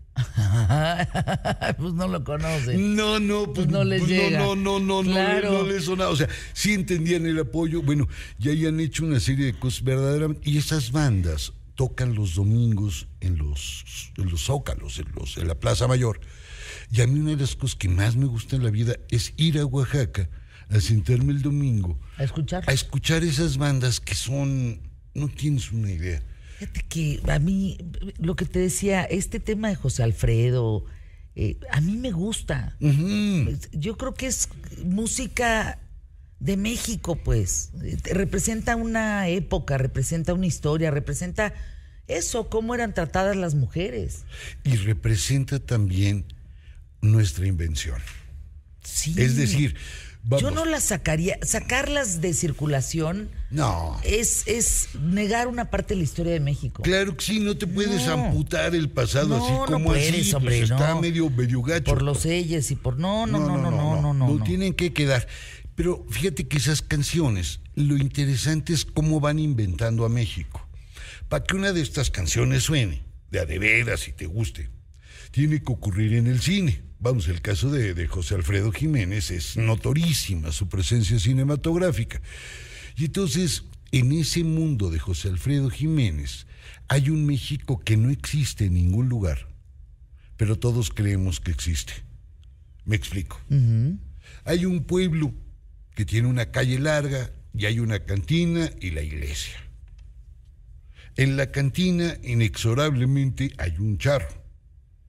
Pues no lo conocen. No, no, pues, Pues no les pues llega. no, no, no, no, Claro. no, no les sonaba. O sea, sí entendían el apoyo. Bueno, ya han hecho una serie de cosas verdaderamente. Y esas bandas tocan los domingos en los, en los zócalos, en, los, en la Plaza Mayor. Y a mí una de las cosas que más me gusta en la vida es ir a Oaxaca a sentarme el domingo A escuchar. a escuchar esas bandas que son, no tienes una idea. Fíjate que a mí, lo que te decía, este tema de José Alfredo, eh, a mí me gusta. Ujú. Yo creo que es música de México, pues. Eh, Representa una época, representa una historia, representa eso, cómo eran tratadas las mujeres. Y representa también nuestra invención. Sí. Es decir, vamos, yo no las sacaría, sacarlas de circulación no. es, es negar una parte de la historia de México. Claro que sí, no te puedes No. amputar el pasado No, así no como puedes, así, hombre, pues está no. medio, medio gacho. Por los selles y por... No, no, no, no, no, no, no. No no. tienen que quedar. Pero fíjate que esas canciones, lo interesante es cómo van inventando a México. Para que una de estas canciones suene, de a de veras y te guste, tiene que ocurrir en el cine. Vamos, el caso de, de José Alfredo Jiménez es notorísima su presencia cinematográfica. Y entonces, en ese mundo de José Alfredo Jiménez, hay un México que no existe en ningún lugar, pero todos creemos que existe. Me explico. Ujú. Hay un pueblo que tiene una calle larga y hay una cantina y la iglesia. En la cantina, inexorablemente, hay un charro.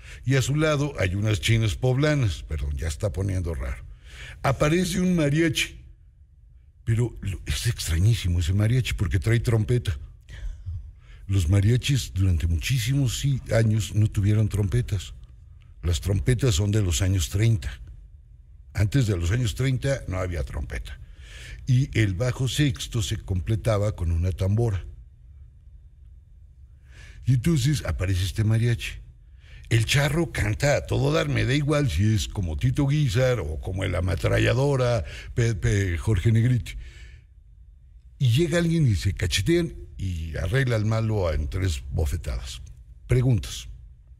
Y a su lado hay unas chinas poblanas. Perdón, ya está poniendo raro. Aparece un mariachi. Pero es extrañísimo ese mariachi porque trae trompeta. Los mariachis durante muchísimos años no tuvieron trompetas. Las trompetas son de los años treinta. Antes de los años treinta no había trompeta. Y el bajo sexto se completaba con una tambora. Y entonces aparece este mariachi. El charro canta a todo dar, me da igual si es como Tito Guizar o como el Ametralladora, Pepe, Jorge Negrete. Y llega alguien y se cachetean y arregla el malo en tres bofetadas. Preguntas.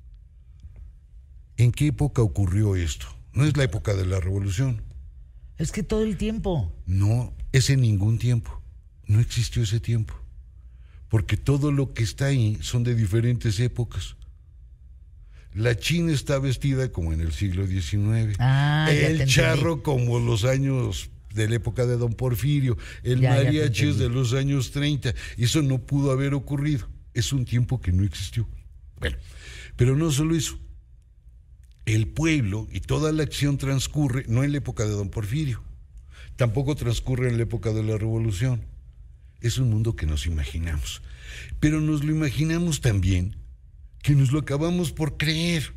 ¿En qué época ocurrió esto? No es la época de la Revolución. Es que todo el tiempo. No, es en ningún tiempo. No existió ese tiempo. Porque todo lo que está ahí son de diferentes épocas. La China está vestida como en el siglo diecinueve. Ah, ya te el entendí. charro como los años de la época de Don Porfirio. El Ya, ya te mariachi es entendí. de los años treinta. Eso no pudo haber ocurrido. Es un tiempo que no existió. Bueno, pero no solo eso. El pueblo y toda la acción transcurre no en la época de Don Porfirio. Tampoco transcurre en la época de la Revolución. Es un mundo que nos imaginamos. Pero nos lo imaginamos también que nos lo acabamos por creer.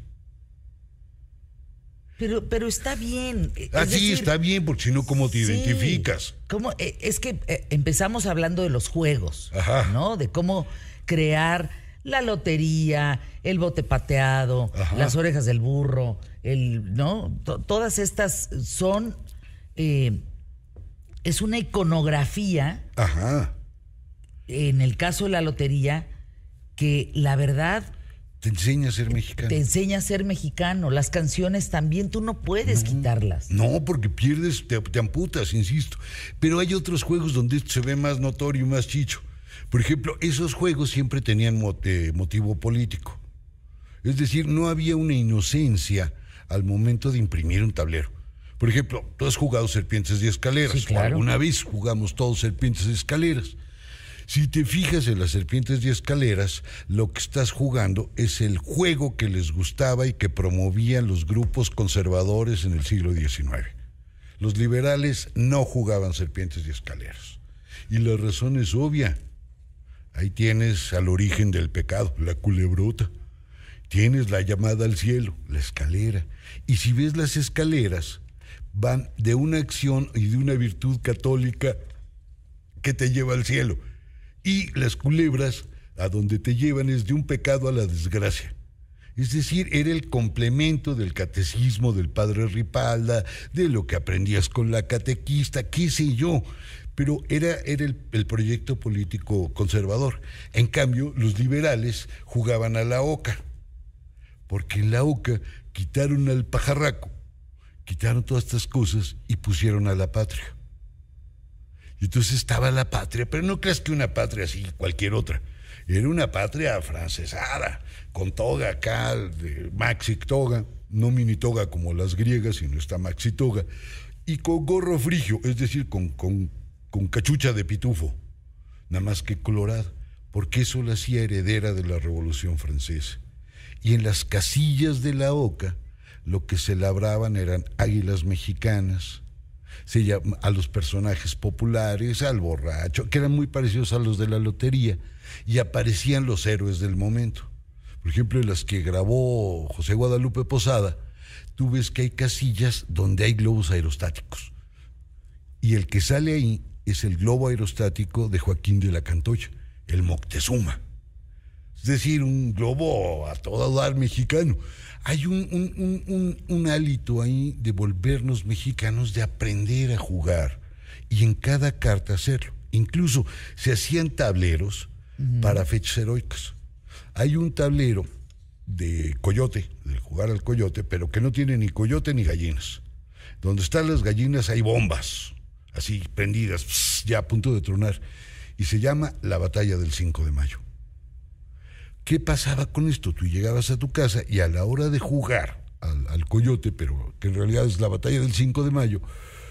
Pero, pero está bien. Es Ah, sí, decir, está bien, porque si no, ¿cómo te sí. identificas? ¿Cómo? Eh, Es que eh, empezamos hablando de los juegos, Ajá. ¿no? De cómo crear la lotería, el bote pateado, Ajá. las orejas del burro, el, ¿no? To- todas estas son, eh, es una iconografía, Ajá. en el caso de la lotería, que la verdad Te enseña a ser mexicano. te enseña a ser mexicano. Las canciones también, tú no puedes quitarlas. No, porque pierdes, te, te amputas, insisto. Pero hay otros juegos donde esto se ve más notorio y más chicho. Por ejemplo, esos juegos siempre tenían mot- eh, motivo político. Es decir, no había una inocencia al momento de imprimir un tablero. Por ejemplo, tú has jugado Serpientes y Escaleras. Sí, claro. O alguna vez jugamos todos Serpientes y Escaleras. Si te fijas en las Serpientes y Escaleras, lo que estás jugando es el juego que les gustaba y que promovían los grupos conservadores en el siglo diecinueve. Los liberales no jugaban Serpientes y Escaleras. Y la razón es obvia. Ahí tienes al origen del pecado, la culebrota. Tienes la llamada al cielo, la escalera. Y si ves las escaleras, van de una acción y de una virtud católica que te lleva al cielo. Y las culebras, a donde te llevan, es de un pecado a la desgracia. Es decir, era el complemento del catecismo del padre Ripalda, de lo que aprendías con la catequista, qué sé yo. Pero era, era el, el proyecto político conservador. En cambio, los liberales jugaban a la oca. Porque en la oca quitaron al pajarraco, quitaron todas estas cosas y pusieron a la patria. Y entonces estaba la patria, pero no creas que una patria así, cualquier otra. Era una patria afrancesada, con toga acá, de maxi toga, no mini toga como las griegas, sino esta maxi toga, y con gorro frigio, es decir, con, con, con cachucha de pitufo, nada más que colorada, porque eso la hacía heredera de la Revolución Francesa. Y en las casillas de la oca, lo que se labraban eran águilas mexicanas, se llama, a los personajes populares, al borracho, que eran muy parecidos a los de la lotería, y aparecían los héroes del momento. Por ejemplo, en las que grabó José Guadalupe Posada, tú ves que hay casillas donde hay globos aerostáticos. Y el que sale ahí es el globo aerostático de Joaquín de la Cantoya, el Moctezuma. Es decir, un globo a todo dar mexicano. Hay un, un, un, un, un hálito ahí de volvernos mexicanos, de aprender a jugar y en cada carta hacerlo. Incluso se hacían tableros uh-huh. para fechas heroicas. Hay un tablero de coyote, de jugar al coyote, pero que no tiene ni coyote ni gallinas. Donde están las gallinas hay bombas, así prendidas, pss, ya a punto de tronar. Y se llama la Batalla del cinco de mayo. ¿Qué pasaba con esto? Tú llegabas a tu casa y a la hora de jugar al, al coyote, pero que en realidad es la batalla del cinco de mayo,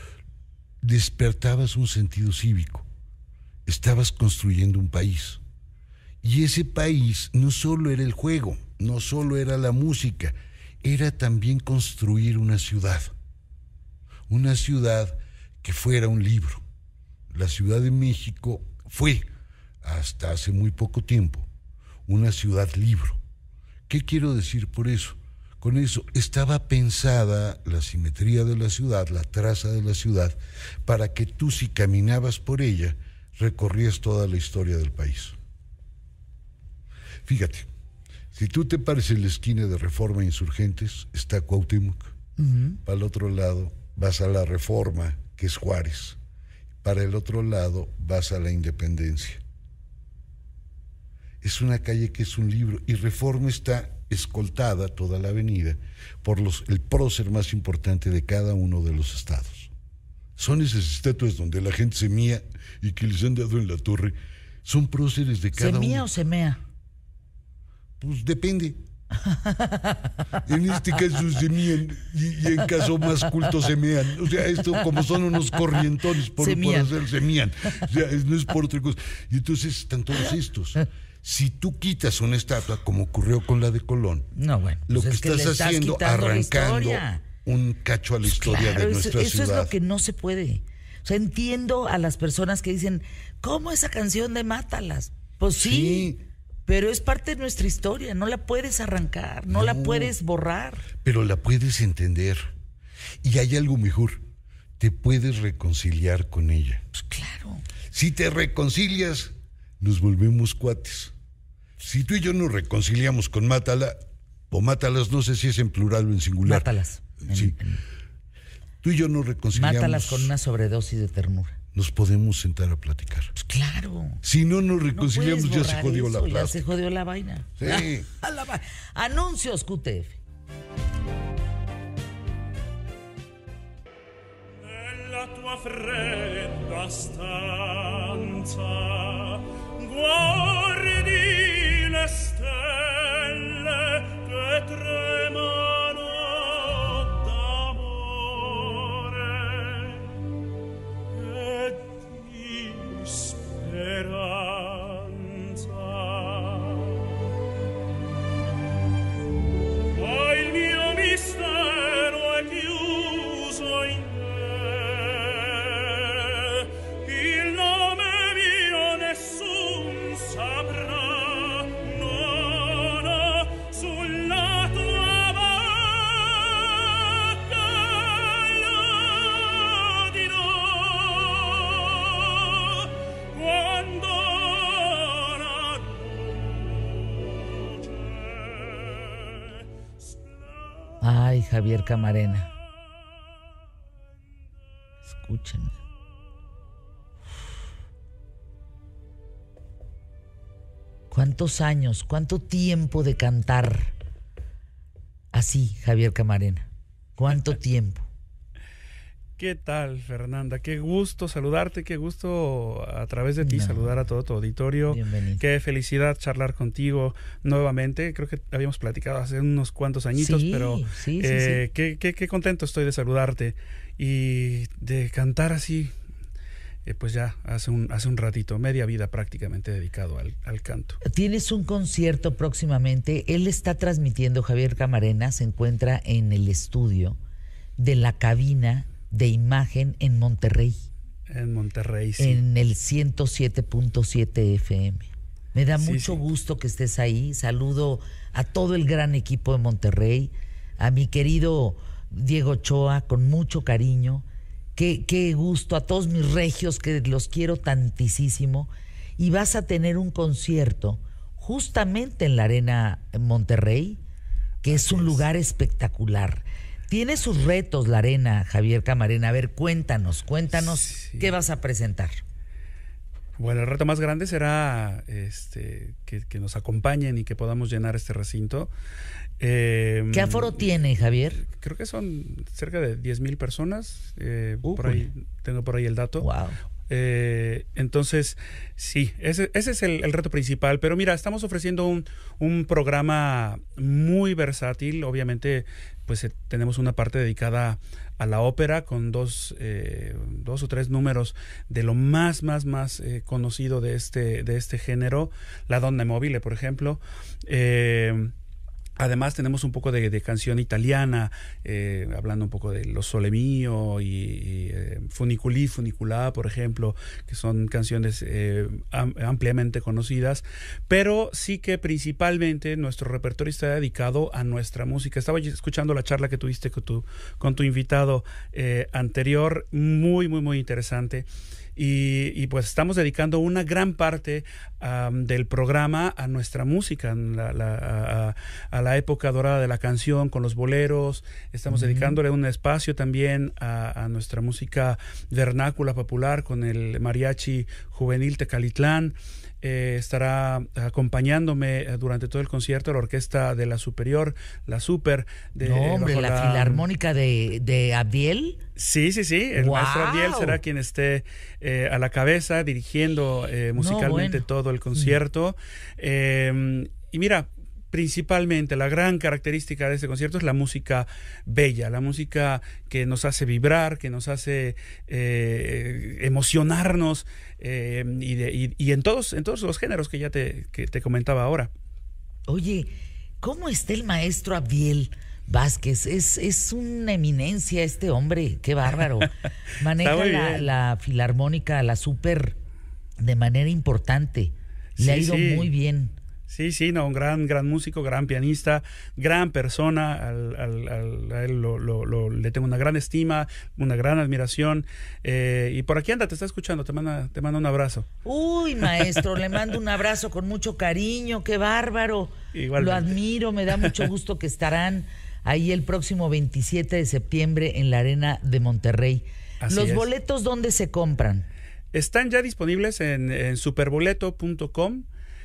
despertabas un sentido cívico. Estabas construyendo un país. Y ese país no solo era el juego, no solo era la música, era también construir una ciudad, una ciudad que fuera un libro. La Ciudad de México fue, hasta hace muy poco tiempo, una ciudad libro. ¿Qué quiero decir por eso? Con eso estaba pensada la simetría de la ciudad, la traza de la ciudad, para que tú, si caminabas por ella, recorrías toda la historia del país. Fíjate, si tú te pares en la esquina de Reforma e Insurgentes, está Cuauhtémoc. Uh-huh. Para el otro lado vas a la Reforma, que es Juárez. Para el otro lado vas a la Independencia. Es una calle que es un libro, y Reforma está escoltada toda la avenida por los, el prócer más importante de cada uno de los estados. Son esas estatuas donde la gente se mía y que les han dado en la torre. Son próceres de cada uno. ¿Se mía o se mea? Pues depende. En este caso se mían y, y en caso más culto se mean. O sea, esto como son unos corrientones por, se por hacer, se mían. O sea, es, no es por otra cosa. Y entonces están todos estos. Si tú quitas una estatua, como ocurrió con la de Colón, no, bueno, lo pues que es estás, que estás haciendo, arrancando un cacho a la pues historia claro, de nuestra eso, ciudad. Eso es lo que no se puede. O sea, entiendo a las personas que dicen, ¿cómo esa canción de Mátalas? Pues sí, sí, pero es parte de nuestra historia, no la puedes arrancar, no, no la puedes borrar. Pero la puedes entender. Y hay algo mejor, te puedes reconciliar con ella. Pues claro. Si te reconcilias, nos volvemos cuates. Si tú y yo nos reconciliamos con Mátala, o Mátalas, no sé si es en plural o en singular. Mátalas. Sí. En, en... Tú y yo nos reconciliamos. Mátalas con una sobredosis de ternura. Nos podemos sentar a platicar. Pues claro. Si no nos reconciliamos, no ya se jodió eso, la plata. Ya se jodió la vaina. Sí. A la va- Anuncios Q T F. Nella tua fredda stanza guardi le stelle che tremano d'amore e di speranza. Ma il mio mistero è chiuso in te, il nome mio nessun saprà, no, no, sulla tua bocca lo dirò, quando la luce Ay, Javier Camarena. Escúchenme. ¿Cuántos años, cuánto tiempo de cantar así, Javier Camarena? ¿Cuánto tiempo? ¿Qué tal, Fernanda? Qué gusto saludarte, qué gusto a través de ti No. saludar a todo tu auditorio. Bienvenido. Qué felicidad charlar contigo nuevamente. Creo que habíamos platicado hace unos cuantos añitos, Sí, pero sí, sí, eh, sí. Qué, qué, qué contento estoy de saludarte y de cantar así, eh, pues ya hace un, hace un ratito, media vida prácticamente dedicado al, al canto. Tienes un concierto próximamente. Él está transmitiendo, Javier Camarena, se encuentra en el estudio de la cabina de imagen en Monterrey, En Monterrey, sí. en el ciento siete punto siete F M. Me da Sí, mucho sí. gusto que estés ahí. Saludo a todo el gran equipo de Monterrey, a mi querido Diego Ochoa, con mucho cariño. Qué, qué gusto, a todos mis regios, que los quiero tantísimo. Y vas a tener un concierto justamente en la Arena Monterrey, que es un lugar espectacular. Tiene sus retos la Arena, Javier Camarena. A ver, cuéntanos, cuéntanos Sí. qué vas a presentar. Bueno, el reto más grande será este, que, que nos acompañen y que podamos llenar este recinto. Eh, ¿Qué aforo tiene, Javier? Creo que son cerca de diez mil personas. Eh, Uh, por ahí, tengo por ahí el dato. Wow. Eh, entonces, sí, ese, ese es el, el reto principal. Pero mira, estamos ofreciendo un, un programa muy versátil. Obviamente, pues eh, tenemos una parte dedicada a la ópera con dos, eh, dos o tres números de lo más, más, más eh, conocido de este, de este género. La Donna Mobile, por ejemplo. Eh, Además tenemos un poco de, de canción italiana, eh, hablando un poco de Lo Sole Mio y, y eh, Funiculi, Funiculà, por ejemplo, que son canciones eh, am, ampliamente conocidas, pero sí que principalmente nuestro repertorio está dedicado a nuestra música. Estaba escuchando la charla que tuviste con tu, con tu invitado eh, anterior, muy, muy, muy interesante. Y, y pues estamos dedicando una gran parte um, del programa a nuestra música, la, la, a, a la época dorada de la canción con los boleros. Estamos uh-huh. dedicándole un espacio también a, a nuestra música vernácula popular con el mariachi juvenil Tecalitlán. Eh, estará acompañándome durante todo el concierto la orquesta de la Superior, la Super. De, no, hombre, la, la Filarmónica de, de Abdiel. Sí, sí, sí. El ¡Wow! maestro Abdiel será quien esté eh, a la cabeza, dirigiendo eh, musicalmente no, bueno. todo el concierto. Mm. Eh, y mira, principalmente la gran característica de este concierto es la música bella, la música que nos hace vibrar, que nos hace eh, emocionarnos eh, y, de, y, y en todos en todos los géneros que ya te, que te comentaba ahora. Oye, ¿cómo está el maestro Abdiel Vázquez? Es, es una eminencia este hombre, qué bárbaro. Maneja la, la Filarmónica, la Super, de manera importante. Le sí, ha ido sí. muy bien. Sí, sí, no, un gran, gran músico, gran pianista, gran persona, al, al, al, a él lo, lo, lo, le tengo una gran estima, una gran admiración, eh, y por aquí anda, te está escuchando, te manda, te manda un abrazo. Uy, maestro, le mando un abrazo con mucho cariño, qué bárbaro. Igualmente. Lo admiro, me da mucho gusto que estarán ahí el próximo veintisiete de septiembre en la Arena de Monterrey. Así ¿Los es. boletos dónde se compran? Están ya disponibles en, en superboleto punto com.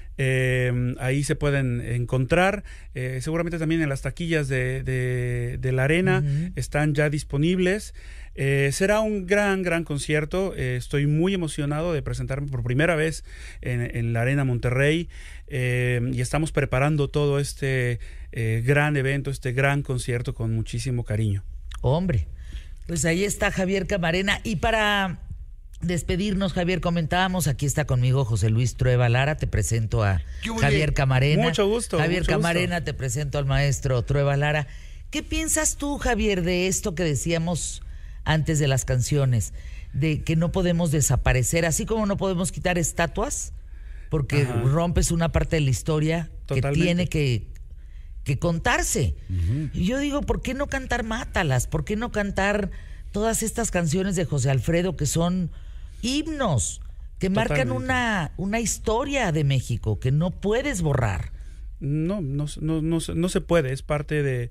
Eh, ahí se pueden encontrar, eh, seguramente también en las taquillas de, de, de la arena uh-huh. están ya disponibles. Eh, será un gran, gran concierto. Eh, estoy muy emocionado de presentarme por primera vez en, en la Arena Monterrey, eh, y estamos preparando todo este eh, gran evento, este gran concierto con muchísimo cariño. Hombre, pues ahí está Javier Camarena. Y para despedirnos, Javier, comentábamos, aquí está conmigo José Luis Trueba Lara, te presento a Javier Camarena. Mucho gusto. Javier mucho Camarena, gusto. Te presento al maestro Trueba Lara. ¿Qué piensas tú, Javier, de esto que decíamos antes de las canciones? De que no podemos desaparecer, así como no podemos quitar estatuas, porque Ajá. rompes una parte de la historia Totalmente. que tiene que, que contarse. Uh-huh. Y yo digo, ¿por qué no cantar Mátalas? ¿Por qué no cantar todas estas canciones de José Alfredo que son himnos, que marcan una, una historia de México que no puedes borrar? No, no, no, no, no se puede, es parte de,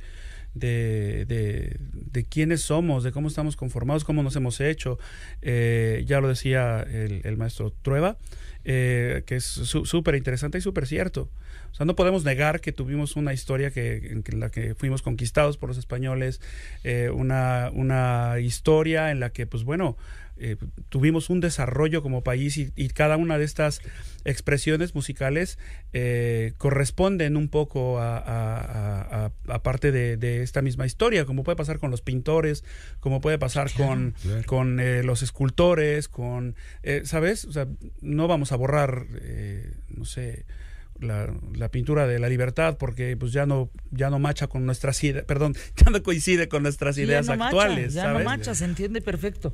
de, de, de quiénes somos, de cómo estamos conformados, cómo nos hemos hecho. Eh, ya lo decía el, el maestro Trueba, eh, que es súper interesante y súper cierto. O sea, no podemos negar que tuvimos una historia que, en la que fuimos conquistados por los españoles, eh, una, una historia en la que, pues bueno, eh, tuvimos un desarrollo como país y, y cada una de estas expresiones musicales eh, corresponden un poco a, a, a, a parte de, de esta misma historia, como puede pasar con los pintores, como puede pasar claro, con, claro. con eh, los escultores, con, eh, ¿sabes? O sea, no vamos a borrar, eh, no sé... La, la pintura de la libertad porque pues ya no ya no macha con nuestras ideas, perdón, ya no coincide con nuestras sí, ideas ya no actuales, macha, ya ¿sabes? no macha, se entiende perfecto.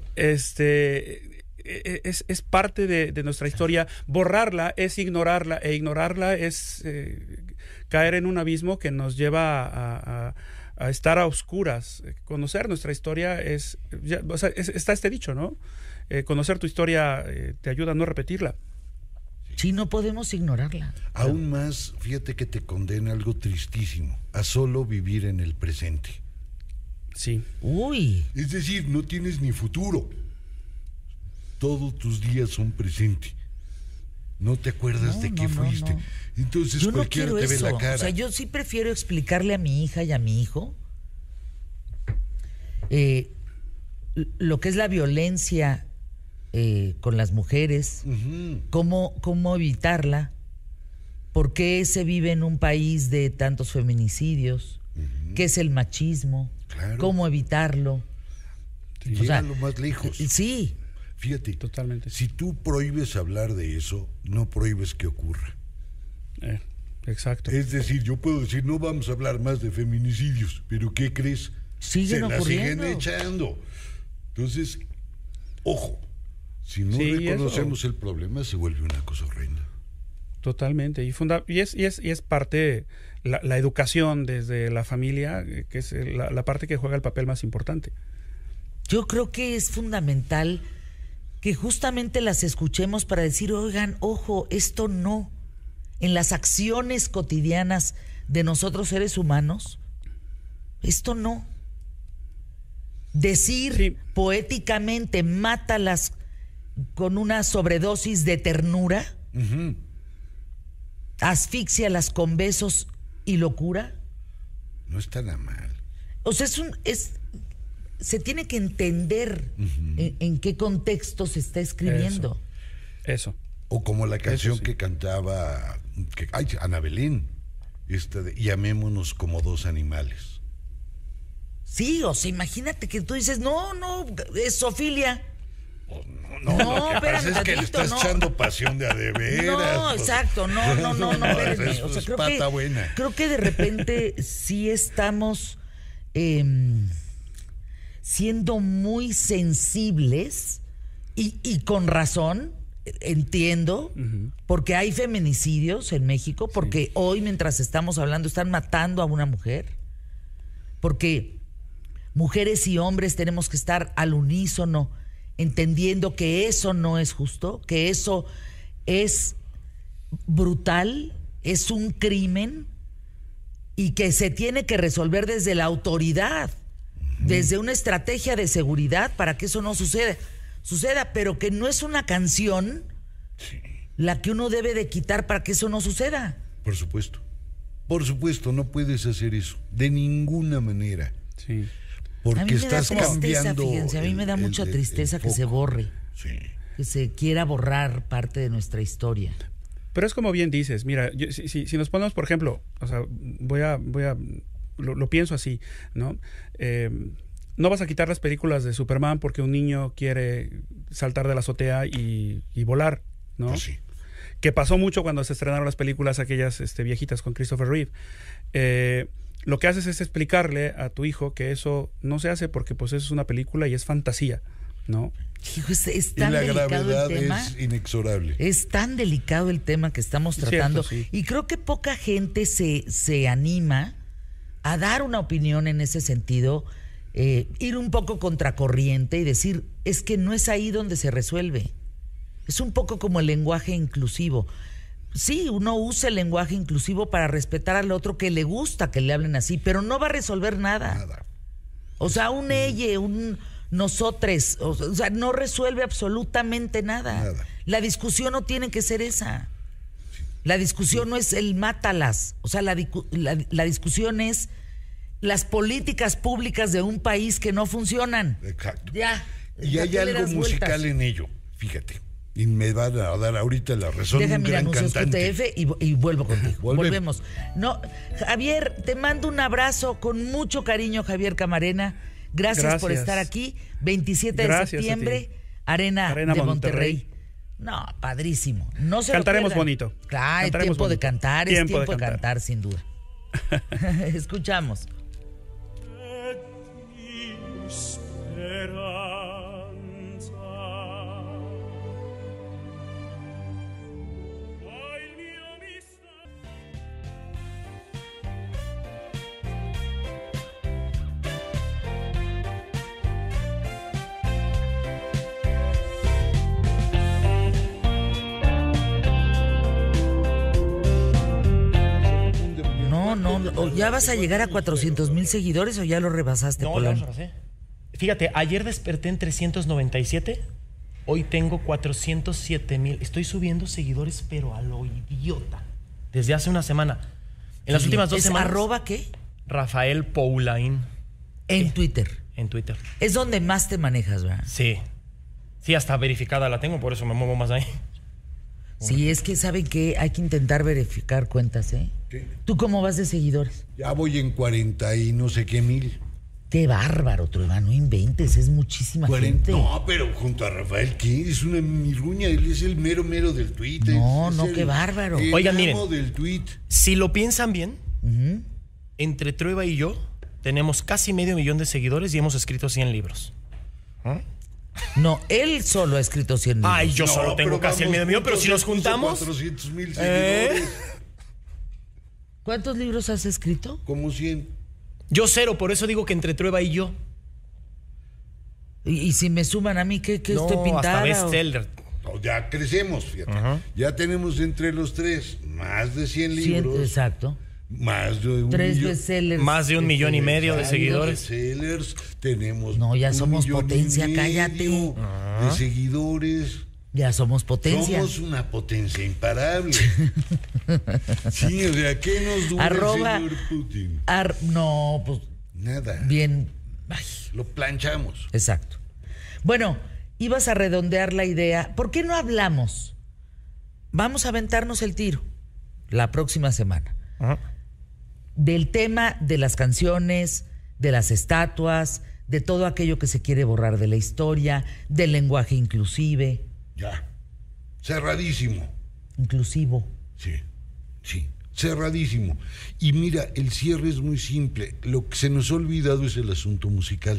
Este es, es parte de, de nuestra historia. Borrarla es ignorarla, e ignorarla es eh, caer en un abismo que nos lleva a, a, a estar a oscuras. Conocer nuestra historia es, ya, o sea, es está este dicho, ¿no? Eh, conocer tu historia eh, te ayuda a no repetirla. Sí, no podemos ignorarla. Aún más, fíjate que te condena algo tristísimo, a solo vivir en el presente. Sí. Uy. Es decir, no tienes ni futuro. Todos tus días son presente. No te acuerdas no, de qué no, fuiste. No, no. Entonces yo cualquiera no quiero te eso. ve la cara. O sea, yo sí prefiero explicarle a mi hija y a mi hijo eh, lo que es la violencia Eh, con las mujeres, uh-huh. cómo, cómo evitarla, por qué se vive en un país de tantos feminicidios, uh-huh. qué es el machismo, claro. cómo evitarlo. Llega o sea, lo más lejos. Sí. Fíjate, totalmente. Si tú prohíbes hablar de eso, no prohíbes que ocurra. Eh. Exacto. Es decir, yo puedo decir, no vamos a hablar más de feminicidios, pero ¿qué crees? Siguen Se la ocurriendo. siguen echando. Entonces, ojo, si no Sí, reconocemos eso. el problema, se vuelve una cosa horrenda. Totalmente. Y, funda y, es, y, es, y es parte, la, la educación desde la familia, eh, que es la, la parte que juega el papel más importante. Yo creo que es fundamental que justamente las escuchemos para decir, oigan, ojo, esto no. En las acciones cotidianas de nosotros seres humanos, esto no. Decir Sí. poéticamente, mátalas con una sobredosis de ternura, Ujú. asfíxialas con besos y locura. No está nada mal. O sea, es un, es, se tiene que entender en, en qué contexto se está escribiendo. Eso. O como la canción sí. que cantaba que, ay, Ana Belén, esta de llamémonos como dos animales. Sí, o sea, imagínate que tú dices, no, no, es zoofilia. No, No, lo que espérame pasa es que le tantito, estás no. echando pasión de a de veras. No, pues. exacto, no, no, no, no, espérenme. Eso O sea, es creo pata que, buena. creo que de repente sí estamos eh, siendo muy sensibles y, y con razón, entiendo, porque hay feminicidios en México, porque hoy mientras estamos hablando están matando a una mujer, porque mujeres y hombres tenemos que estar al unísono, entendiendo que eso no es justo, que eso es brutal, es un crimen y que se tiene que resolver desde la autoridad, desde una estrategia de seguridad para que eso no suceda, suceda, pero que no es una canción la que uno debe de quitar para que eso no suceda. Por supuesto. Por supuesto, no puedes hacer eso. De ninguna manera. Sí. Porque a mí me da estás tristeza, cambiando. fíjense, a mí me da el- mucha el- el tristeza que se foco. borre, Sí. que se quiera borrar parte de nuestra historia. Pero es como bien dices, mira, yo- si, si, si nos ponemos, por ejemplo, o sea, voy a, voy a, lo, lo pienso así, ¿no? Eh, no vas a quitar las películas de Superman porque un niño quiere saltar de la azotea y, y volar, ¿no? Pues sí. Que pasó mucho cuando se estrenaron las películas aquellas este, viejitas con Christopher Reeve. Eh, lo que haces es explicarle a tu hijo que eso no se hace porque pues eso es una película y es fantasía, ¿no? Hijo, es, es Y tan la delicado gravedad el tema. es inexorable. Es tan delicado el tema que estamos Es tratando. cierto, sí. Y creo que poca gente se, se anima a dar una opinión en ese sentido, eh, ir un poco contracorriente y decir, es que no es ahí donde se resuelve. Es un poco como el lenguaje inclusivo. Sí, uno usa el lenguaje inclusivo para respetar al otro que le gusta que le hablen así, pero no va a resolver nada. Nada. O sea, un ella, un nosotres, o sea, no resuelve absolutamente nada. Nada. La discusión no tiene que ser esa. La discusión no es el mátalas. O sea, la, dicu- la, la discusión es las políticas públicas de un país que no funcionan. Exacto. Ya. Y ¿para hay qué le algo das musical vueltas? en ello, fíjate. Y me van a dar ahorita la razón. Déjame un ir a gran anuncios Q cantante. T F y, y vuelvo contigo. Volvemos. Volvemos. No, Javier, te mando un abrazo con mucho cariño, Javier Camarena. Gracias, por Gracias. estar aquí. veintisiete Gracias de a septiembre, ti. Arena, Arena de Monterrey. Monterrey. No, padrísimo. No se lo Cantaremos pierdan. bonito. Claro, es Cantaremos tiempo de bonito. cantar, es Tiempo de tiempo de cantar. cantar, sin duda. Escuchamos. No, no, no, ¿ya vas a llegar a cuatrocientos mil seguidores o ya lo rebasaste, No, ya Polanco? lo rebasé. Fíjate, ayer desperté en trescientos noventa y siete, hoy tengo cuatrocientos siete mil. Estoy subiendo seguidores, pero a lo idiota. Desde hace una semana. En las Sí, últimas dos ¿es semanas. arroba qué? Rafael Poulain En Twitter. en Twitter. Es donde más te manejas, ¿verdad? Sí. Sí, hasta verificada la tengo, por eso me muevo más ahí. Sí, es que saben que hay que intentar verificar cuentas, ¿eh? ¿Qué? ¿Tú cómo vas de seguidores? Ya voy en cuarenta y no sé qué mil. Qué bárbaro, Trueba, no inventes, es muchísima cuarenta, gente. no, pero junto a Rafael, ¿qué? Es una mirruña, él es el mero mero del tuit. No, es no, el, qué bárbaro. El Oigan, amo miren. del tuit. Si lo piensan bien, Ujú. entre Trueba y yo tenemos casi medio millón de seguidores y hemos escrito cien libros. No, él solo ha escrito cien libros. Ay, yo No, solo tengo pero casi el vamos medio millón, pero juntos, si nos él puso juntamos... cuatrocientos mil ¿Eh? seguidores. ¿Cuántos libros has escrito? Como cien. Yo cero, por eso digo que entre Trueba y yo. Y, y si me suman a mí, ¿qué, qué No, estoy pintada? hasta bestseller. No, ya crecemos, fíjate. Ya tenemos entre los tres más de cien Cien- libros. exacto. Más de un Tres millón. bestsellers. Más de un millón y medio de Exacto, seguidores. bestsellers, tenemos No, ya un somos millón y potencia, medio cállate. de seguidores. Ya somos potencia. Somos una potencia imparable. Sí, o sea, ¿qué nos dura Arroba- el señor Putin? Ar- no, pues Nada. bien. Ay, Lo planchamos. exacto. Bueno, ibas a redondear la idea. ¿Por qué no hablamos? Vamos a aventarnos el tiro la próxima semana. Del tema de las canciones, de las estatuas, de todo aquello que se quiere borrar de la historia, del lenguaje inclusive, Ya. Cerradísimo. inclusivo. Sí, sí, cerradísimo. Y mira, el cierre es muy simple. Lo que se nos ha olvidado es el asunto musical.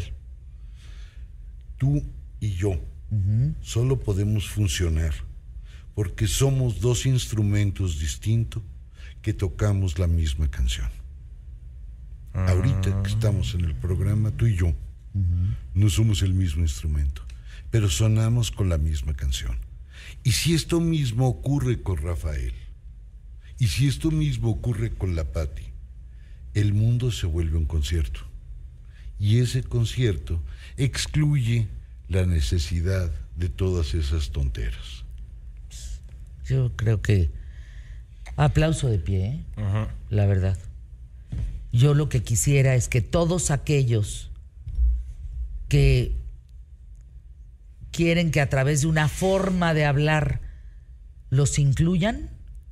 Tú y yo solo podemos funcionar porque somos dos instrumentos distintos que tocamos la misma canción. Ahorita que estamos en el programa, tú y yo no somos el mismo instrumento, pero sonamos con la misma canción. Y si esto mismo ocurre con Rafael, y si esto mismo ocurre con la Pati, el mundo se vuelve un concierto. Y ese concierto excluye la necesidad de todas esas tonteras. Yo creo que aplauso de pie, ¿eh? La verdad. Yo lo que quisiera es que todos aquellos que quieren que a través de una forma de hablar los incluyan,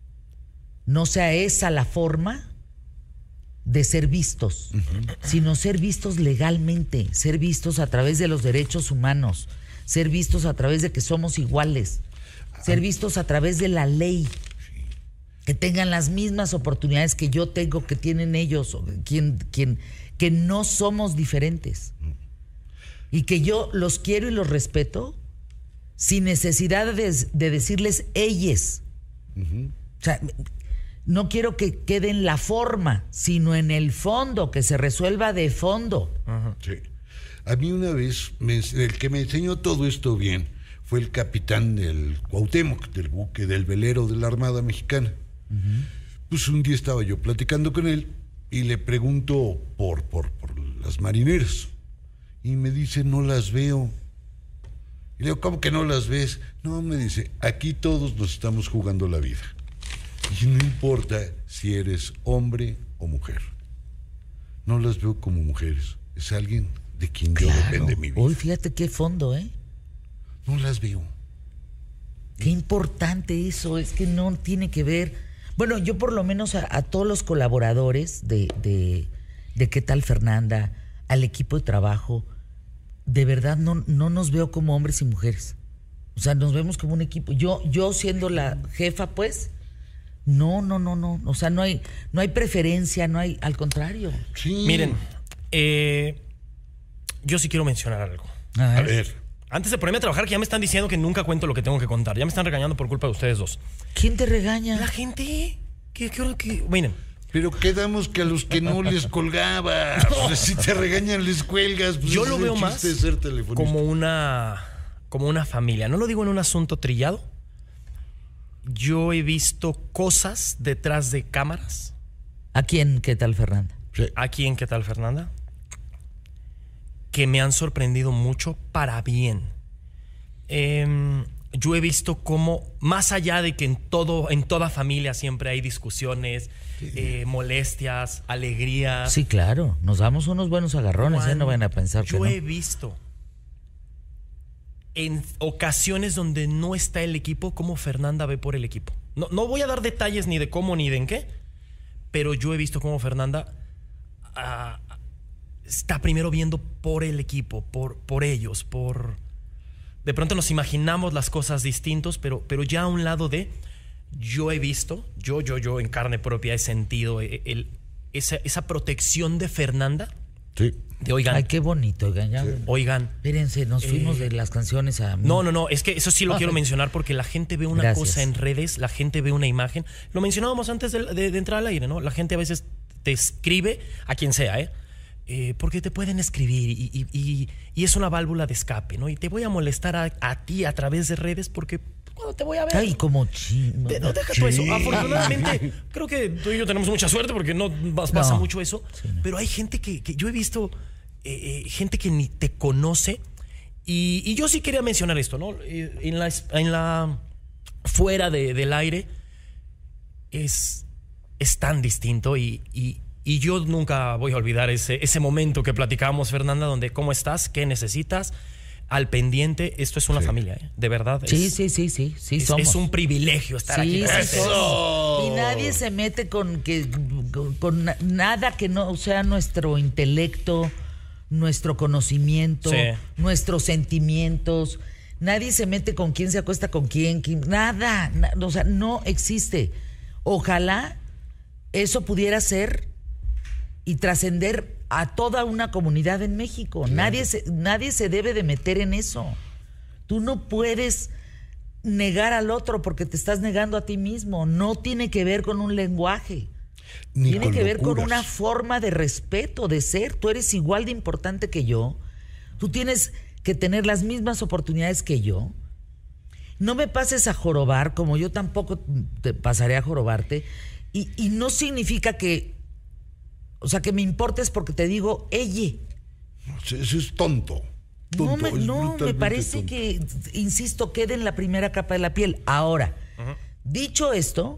no sea esa la forma de ser vistos, sino ser vistos legalmente, ser vistos a través de los derechos humanos, ser vistos a través de que somos iguales, ser vistos a través de la ley, que tengan las mismas oportunidades que yo tengo, que tienen ellos, o quien, quien, que no somos diferentes. Y que yo los quiero y los respeto sin necesidad de, de decirles ellos. O sea, no quiero que quede en la forma, sino en el fondo, que se resuelva de fondo. Sí. A mí una vez, me, el que me enseñó todo esto bien fue el capitán del Cuauhtémoc, del buque, del velero de la Armada Mexicana. Pues un día estaba yo platicando con él y le pregunto por, por, por las marineras. Y me dice, no las veo. Y le digo, ¿cómo que no las ves? No, me dice, aquí todos nos estamos jugando la vida. Y no importa si eres hombre o mujer. No las veo como mujeres. Es alguien de quien yo depende mi vida. Hoy fíjate qué fondo, ¿eh? No las veo. Qué importante eso, es que no tiene que ver. Bueno, yo por lo menos a, a todos los colaboradores de, de, de ¿Qué tal Fernanda? Al equipo de trabajo, de verdad no, no nos veo como hombres y mujeres. O sea, nos vemos como un equipo. Yo, yo siendo la jefa, pues, no, no, no, no. O sea, no hay, no hay preferencia, no hay, al contrario. Sí. Miren, eh, yo sí quiero mencionar algo. A A ver. ver, Antes de ponerme a trabajar, que ya me están diciendo que nunca cuento lo que tengo que contar. Ya me están regañando por culpa de ustedes dos. ¿Quién te regaña? La gente. ¿Qué, qué, qué? Miren, pero quedamos que a los que no les colgabas. O sea, si te regañan, les cuelgas. Pues yo ese lo es el veo más chiste de ser telefonista. como una, como una familia. No lo digo en un asunto trillado. Yo he visto cosas detrás de cámaras. ¿A quién? ¿Qué tal Fernanda? Sí. Aquí en ¿Qué tal, Fernanda? Que me han sorprendido mucho para bien. Eh, yo he visto cómo, más allá de que en todo, en toda familia siempre hay discusiones, eh, molestias, alegrías. Sí, claro. Nos damos unos buenos agarrones, ¿eh? No van a pensar que Yo no. he visto en ocasiones donde no está el equipo, cómo Fernanda ve por el equipo. No, no voy a dar detalles ni de cómo ni de en qué, pero yo he visto cómo Fernanda ah, está primero viendo por el equipo, por, por ellos, por... De pronto nos imaginamos las cosas distintos, pero, pero ya a un lado de... Yo he visto, yo, yo, yo en carne propia he sentido el, el, esa, esa protección de Fernanda. Sí. De oigan. Ay, qué bonito, oigan. Ya. Oigan. Espérense, nos fuimos eh, de las canciones a... No, no, no, es que eso sí lo quiero mencionar porque la gente ve una Gracias. cosa en redes, la gente ve una imagen. Lo mencionábamos antes de, de, de entrar al aire, ¿no? La gente a veces te escribe, a quien sea, ¿eh? Eh, porque te pueden escribir y, y, y, y es una válvula de escape, ¿no? Y te voy a molestar a, a ti a través de redes porque cuando te voy a ver... Ay, como chino. De- no, deja tú eso. Afortunadamente, creo que tú y yo tenemos mucha suerte porque no nos pasa No. mucho eso. Sí, no. Pero hay gente que, que yo he visto, eh, eh, gente que ni te conoce. Y, y yo sí quería mencionar esto, ¿no? Eh, En la, en la fuera de- del aire es, es tan distinto y, y, y yo nunca voy a olvidar ese, ese momento que platicábamos, Fernanda, donde ¿cómo estás? ¿Qué necesitas? Al pendiente, esto es una Sí. familia, ¿eh? De verdad. Sí, es, sí, sí, sí, sí es, somos. es un privilegio estar Sí, aquí. con sí ustedes. somos. Y nadie se mete con que con, con na- nada que no sea nuestro intelecto, nuestro conocimiento, Sí. nuestros sentimientos. Nadie se mete con quién se acuesta con quién, quién- nada, na- o sea, no existe. Ojalá eso pudiera ser y trascender a toda una comunidad en México. Nadie se, nadie se debe de meter en eso. Tú no puedes negar al otro porque te estás negando a ti mismo. No tiene que ver con un lenguaje. Ni Tiene con que ver con locuras. una forma de respeto, de ser. Tú eres igual de importante que yo. Tú tienes que tener las mismas oportunidades que yo. No me pases a jorobar, como yo tampoco te pasaré a jorobarte. Y, y no significa que, o sea, que me importes porque te digo, ella. Eso es tonto. No, Tonto, me, es no, me brutalmente parece tonto. que, insisto, quede en la primera capa de la piel. Ahora, dicho esto,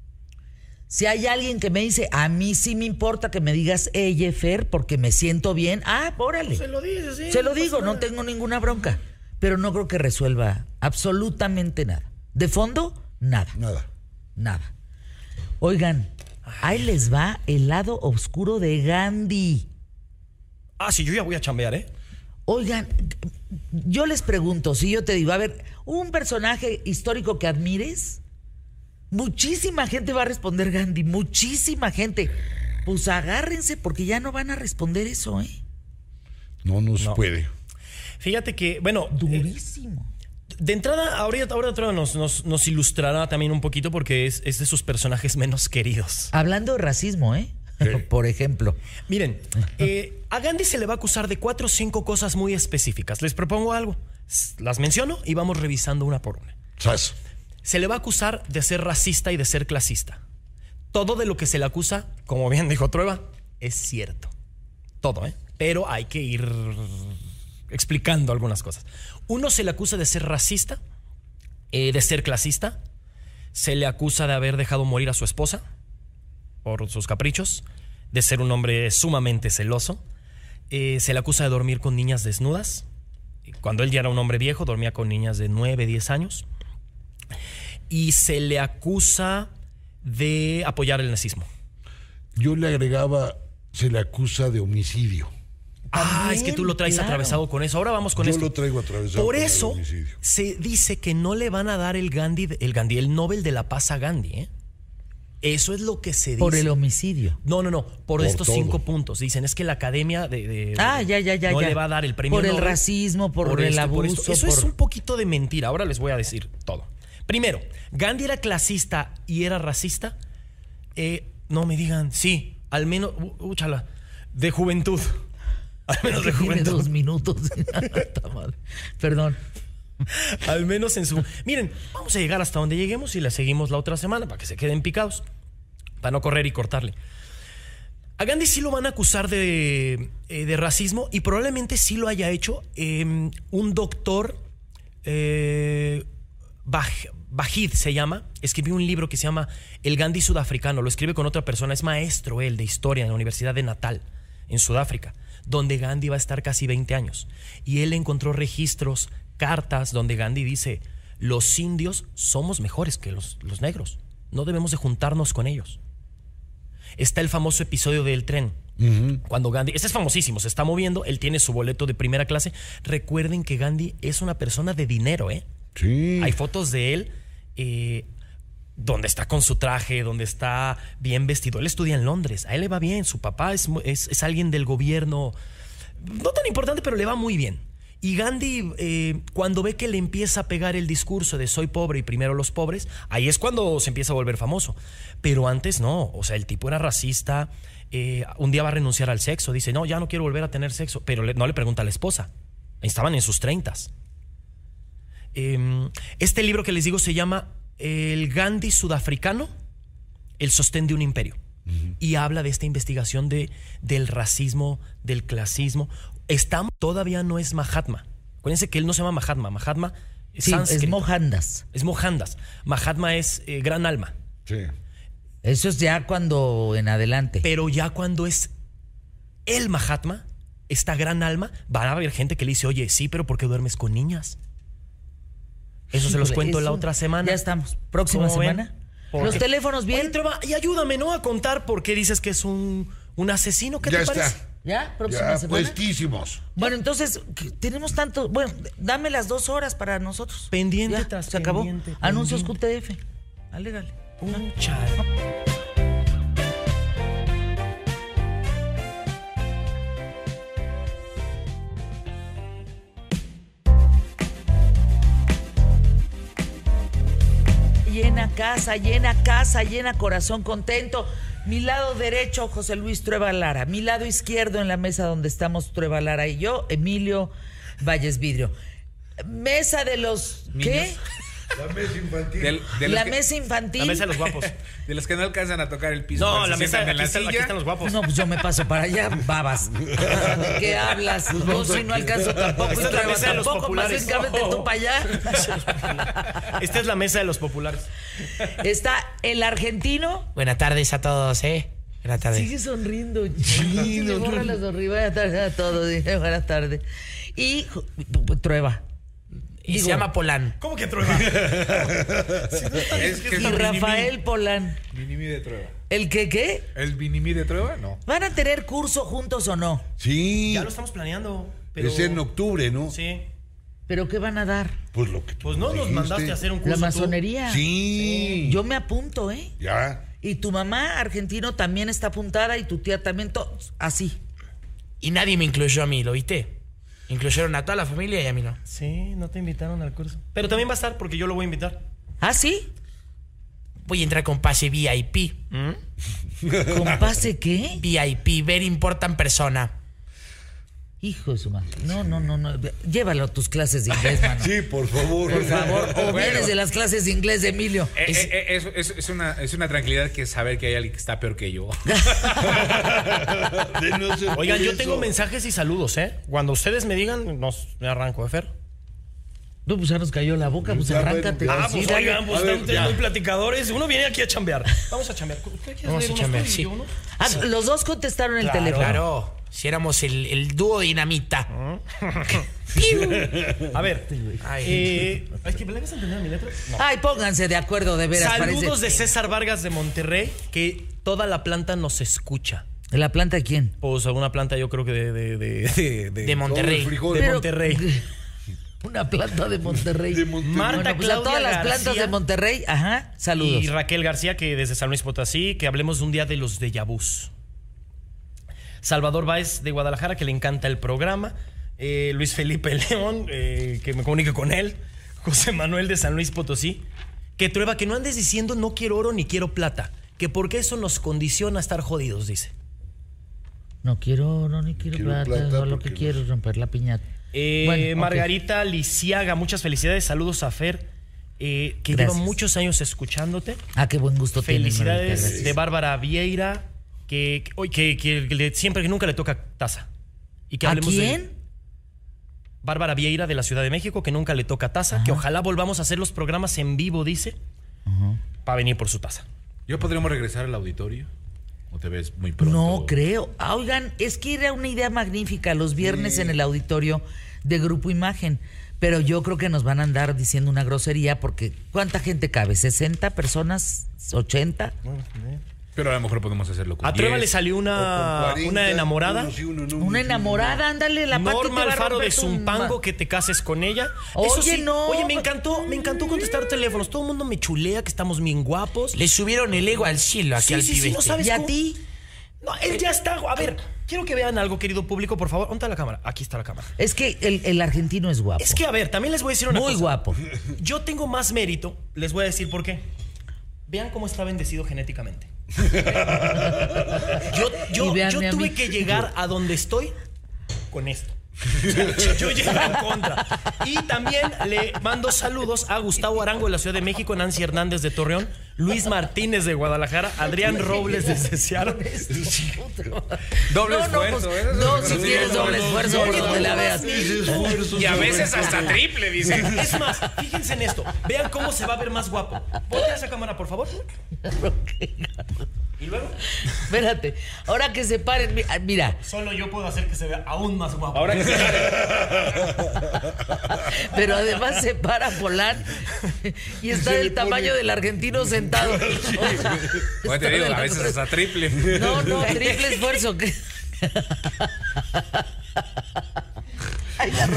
si hay alguien que me dice, a mí sí me importa que me digas ella, Fer, porque me siento bien, ah, órale. Se lo dices, sí. Se lo no digo, pasa no nada. tengo ninguna bronca. Pero no creo que resuelva absolutamente nada. De fondo, nada. Nada. Nada. Oigan, ahí les va el lado oscuro de Gandhi. Ah, sí, yo ya voy a chambear, ¿eh? Oigan, yo les pregunto, si yo te digo, a ver, un personaje histórico que admires, muchísima gente va a responder Gandhi, muchísima gente. Pues agárrense porque ya no van a responder eso, ¿eh? No nos No. puede. Fíjate que, bueno, eh, Durísimo. de entrada, ahorita, ahorita nos, nos, nos ilustrará también un poquito porque es, es de sus personajes menos queridos. Hablando de racismo, ¿eh? Por ejemplo. Miren, eh, a Gandhi se le va a acusar de cuatro o cinco cosas muy específicas. Les propongo algo. S- Las menciono y vamos revisando una por una. ¿Sabes? Se le va a acusar de ser racista y de ser clasista. Todo de lo que se le acusa, como bien dijo Trueba, es cierto. Todo, ¿eh? Pero hay que ir explicando algunas cosas. Uno se le acusa de ser racista, eh, de ser clasista. Se le acusa de haber dejado morir a su esposa por sus caprichos, de ser un hombre sumamente celoso. Eh, se le acusa de dormir con niñas desnudas. Cuando él ya era un hombre viejo, dormía con niñas de nueve, diez años. Y se le acusa de apoyar el nazismo. Yo le agregaba, se le acusa de homicidio. Ah, También, es que tú lo traes claro. atravesado con eso. Ahora vamos con Yo esto. lo traigo atravesado Por con el eso homicidio. se dice que no le van a dar el Gandhi, el Gandhi, el Nobel de la Paz a Gandhi, ¿eh? Eso es lo que se dice. Por el homicidio. No, no, no. Por, Por estos todo. cinco puntos. Dicen, es que la academia de. de- Ah, ya, ya, ya. No ya. le va a dar el premio Por el Nobel. racismo, por, el esto, por abuso. esto. Eso por- es un poquito de mentira. Ahora les voy a decir todo. Primero, Gandhi era clasista y era racista. Eh, no me digan, sí, al menos, ú- úchala, de juventud. Al menos de Tiene juventud. dos minutos. Está mal. Perdón. Al menos en su... Miren, vamos a llegar hasta donde lleguemos y la seguimos la otra semana para que se queden picados. Para no correr y cortarle. A Gandhi sí lo van a acusar de, eh, de racismo y probablemente sí lo haya hecho eh, un doctor, eh, Baj- Bajid se llama, escribió un libro que se llama El Gandhi Sudafricano, lo escribe con otra persona, es maestro él de historia en la Universidad de Natal, en Sudáfrica, donde Gandhi va a estar casi veinte años. Y él encontró registros, cartas, donde Gandhi dice, los indios somos mejores que los, los negros, no debemos de juntarnos con ellos. Está el famoso episodio del tren, Ujú. Cuando Gandhi, este es famosísimo, se está moviendo, él tiene su boleto de primera clase. Recuerden que Gandhi es una persona de dinero, ¿eh? Sí. Hay fotos de él eh, donde está con su traje, donde está bien vestido. Él estudia en Londres, a él le va bien, su papá es, es, es alguien del gobierno, no tan importante, pero le va muy bien. Y Gandhi, eh, cuando ve que le empieza a pegar el discurso de soy pobre y primero los pobres, ahí es cuando se empieza a volver famoso. Pero antes no, o sea, el tipo era racista, eh, un día va a renunciar al sexo, dice, no, ya no quiero volver a tener sexo, pero le, no le pregunta a la esposa, estaban en sus treintas. Eh, este libro que les digo se llama El Gandhi sudafricano, el sostén de un imperio. Uh-huh. Y habla de esta investigación de, del racismo, del clasismo. Estamos, todavía no es Mahatma. Acuérdense que él no se llama Mahatma. Mahatma es Sí, sánscrito. es Mohandas. Es Mohandas. Mahatma es eh, gran alma. Sí. Eso es ya cuando en adelante. Pero ya cuando es el Mahatma, esta gran alma, va a haber gente que le dice, oye, sí, pero ¿por qué duermes con niñas? Eso se los Híjole, cuento eso- la otra semana. Ya estamos. Próxima ¿Cómo ven? semana. ¿Por Los qué? teléfonos bien. Oye, Trova, y ayúdame, ¿no? A contar por qué dices que es un, un asesino. ¿Qué Ya te está. parece? ¿Ya? Próxima Ya semana. puestísimos. Bueno, entonces, ¿qué- tenemos tanto. Bueno, dame las dos horas para nosotros. Pendiente Ya, tras se acabó. pendiente, Anuncios pendiente. Q T F. Alégale. Un chal. Llena casa, llena casa, llena corazón contento. Mi lado derecho, José Luis Trueba Lara. Mi lado izquierdo en la mesa donde estamos Trueba Lara y yo, Emilio Valles Vidrio. Mesa de los... ¿Qué? Niños. La mesa infantil. Del- de los La que- mesa infantil. La mesa de los guapos. De los que no alcanzan a tocar el piso. No, cuando la se mesa sientan aquí, en la están, aquí silla. están los guapos. No, pues yo me paso para allá, babas. ¿De qué hablas? No, si no alcanzo tampoco. Esta es la Trueba, mesa de los tampoco, populares. Más bien, cámete tú para allá. Esta es la mesa de los populares. Está el argentino. Buenas tardes a todos, ¿eh? Buenas tardes. Sigue sonriendo. Sí, le borra la sonrisa. Buenas tardes a todos. Dije, buenas tardes. Y Trueba. Y Digo, se llama Polán. ¿Cómo que Trueba? Es que es Y el Rafael Polán. Vinimí de Trueba. ¿El qué qué? ¿El Vinimí de Trueba? No. ¿Van a tener curso juntos o no? Sí. Ya lo estamos planeando. Pero... Es en octubre, ¿no? Sí. ¿Pero qué van a dar? Pues lo que tú Pues no nos dijiste. mandaste a hacer un curso. La tú. masonería. Sí. Yo me apunto, ¿eh? Ya. Y tu mamá, argentino, también está apuntada y tu tía también. Todos así. Y nadie me incluyó a mí, ¿lo viste? Incluyeron a toda la familia y a mí no. Sí, no te invitaron al curso. Pero también va a estar porque yo lo voy a invitar. ¿Ah, sí? Voy a entrar con pase V I P. ¿Con pase qué? V I P, Very Important Persona. Hijo de su madre. No, no, no, no. Llévalo a tus clases de inglés, mano. Sí, por favor. Por favor. O Bueno. vienes de las clases de inglés de Emilio. Eh, Es- eh, eh, es, es- es una, es una tranquilidad que saber que hay alguien que está peor que yo. De no ser Oigan, por yo eso. tengo mensajes y saludos, ¿eh? Cuando ustedes me digan, nos me arranco, ¿eh, Fer? No, pues ya nos cayó la boca, pues Ya, arráncate. bueno, Ah, Sí, pues dale. oigan, pues A ver, están ustedes ya. muy platicadores. Uno viene aquí a chambear. Vamos a chambear. ¿Usted quiere Vamos leer a unos chambear, tú y sí. yo uno? Ah, los dos contestaron el Claro, teléfono. Claro, si éramos el, el dúo dinamita. A ver. Ay. Eh, es que ¿le vas a entender a mi letra? No. Ay, pónganse de acuerdo, de veras. Saludos parece. de César Vargas de Monterrey, que toda la planta nos escucha. ¿La planta de quién? Pues alguna planta yo creo que de... De, de, de, de- De Todo el Monterrey. frijol. de Pero- Monterrey. Una planta de Monterrey. De Monterrey. Marta Bueno, pues a Claudia todas las García plantas de Monterrey, ajá, saludos. Y Raquel García, que desde San Luis Potosí, que hablemos un día de los déjà vus. Salvador Báez de Guadalajara, que le encanta el programa. Eh, Luis Felipe León, eh, que me comunique con él. José Manuel de San Luis Potosí. Que Trueba, que no andes diciendo no quiero oro ni quiero plata. Que porque eso nos condiciona a estar jodidos, dice. No quiero oro ni quiero, Quiero plata, plata solo lo porque que quiero es romper la piñata. Eh, Bueno, ok. Margarita Lisiaga, muchas felicidades. Saludos a Fer, eh, que Gracias. lleva muchos años escuchándote. Ah, qué buen gusto tienes, Margarita, Felicidades gracias. de Bárbara Vieira, que, que, hoy- que, que le- siempre que nunca le toca taza. Y que ¿A hablemos de- quién? Bárbara Vieira de la Ciudad de México, que nunca le toca taza, que ojalá volvamos a hacer los programas en vivo, dice, para venir por su taza. ¿Yo podríamos regresar al auditorio? ¿O te ves muy pronto? No creo. Ah, oigan, es que era una idea magnífica los viernes en el auditorio de Grupo Imagen. Pero yo creo que nos van a andar diciendo una grosería porque ¿cuánta gente cabe? ¿sesenta personas? ¿ochenta? Pero a lo mejor podemos hacerlo con A Trueba le diez. salió una, cuarenta, una enamorada. uno sí, uno no, uno Una sí, enamorada, ándale, la Pati te Norma va a Alfaro romper de tu Zumpango, ma- que te cases con ella. Oye, Eso sí, no, Oye, me pues- encantó, me encantó contestar teléfonos. Todo el mundo me chulea, que estamos bien guapos. Le subieron el ego al cielo aquí Sí, al sí, pibe sí, no este. sabes ¿Y a cómo- ti? No, él ya está. A ver, quiero que vean algo, querido público, por favor. ¿Dónde está la cámara? Aquí está la cámara. Es que el, el argentino es guapo. Es que, a ver, también les voy a decir una Muy cosa. guapo. Yo tengo más mérito, les voy a decir por qué. Vean cómo está bendecido genéticamente. yo yo, Y véanme yo a tuve mí. que llegar a donde estoy con esto. Yo llegué en contra. Y también le mando saludos a Gustavo Arango de la Ciudad de México, Nancy Hernández de Torreón, Luis Martínez de Guadalajara, Adrián Robles de Seattle. Doble No, no, esfuerzo. pues, ¿eh? no, si tienes doble esfuerzo por donde la veas. Y a veces hasta triple, dice. Es más, fíjense en esto. Vean cómo se va a ver más guapo. Voltea esa cámara, por favor. Y luego, Espérate, ahora que se paren, mi- ah, mira, solo yo puedo hacer que se vea aún más guapo. Ahora que se pero además se para Polán y está Se del le tamaño pone- del argentino sentado. Bueno, te digo, a veces hasta triple. No, no, triple esfuerzo. que- Ay, la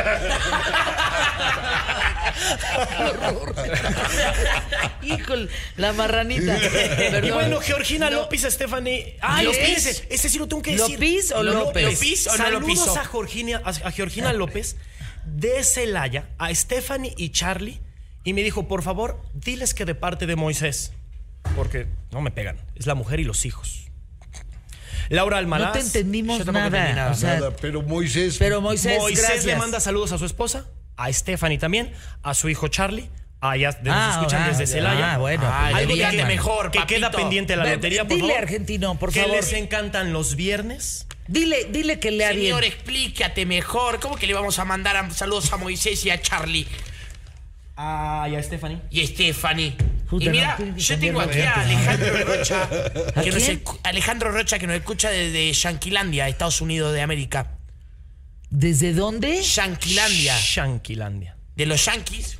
ro- Híjole, la marranita. Perdón. Y bueno, Georgina López, Stephanie. Ay, ¿López? espérense, ese sí lo tengo que decir. ¿López o López? López o no Saludos López? a Georgina, a, a Georgina López de Celaya, a Stephanie y Charlie. Y me dijo, por favor, diles que de parte de Moisés. Porque no me pegan. Es la mujer y los hijos. Laura Almaraz. No te entendimos Yo tampoco nada, entendí o sea, Nada, pero Moisés. Pero Moisés, Moisés gracias. le manda saludos a su esposa, a Stephanie también, a su hijo Charlie. Ah, ya de- nos Ah, escuchan ah, desde Celaya. ah, bueno, Ay, pues, Algo le que, llaman. mejor, que papito. queda pendiente la Ve- lotería, por dile, favor. argentino, por que favor. les encantan los viernes. Dile, dile que lea bien. Señor, explícate mejor. ¿Cómo que le vamos a mandar a- saludos a Moisés y a Charlie Ah, y a Stephanie. y a Stephanie? Puta, Y mira, no, tiene que yo tengo cambiar aquí a variantes. Alejandro Rocha, ¿A que nos quién? escu- Alejandro Rocha, que nos escucha desde Yanquilandia, Estados Unidos de América. ¿Desde dónde? Yanquilandia, Shankilandia. de los Yankees.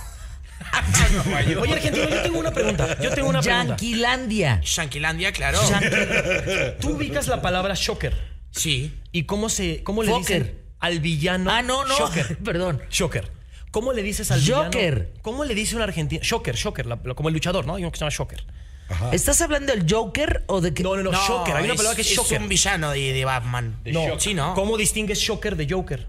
Oye, argentino, yo tengo una pregunta. Yo tengo una pregunta. Yanquilandia. Yanquilandia, claro. Tú ubicas la palabra shocker. Sí. ¿Y cómo se cómo le Fokker. dicen al villano? Ah, no, no. Shocker. Perdón. Shocker. ¿Cómo le dices al Joker. villano? ¿Cómo le dice un argentino? Shocker, Shocker, la- la- como el luchador, ¿no? Hay uno que se llama Shocker. ¿Estás hablando del Joker o de qué? No, no, no, Shocker. Hay una es, palabra que es, es Shocker. un villano de, de Batman. No, Sí, ¿no? ¿Cómo distingues Shocker de Joker?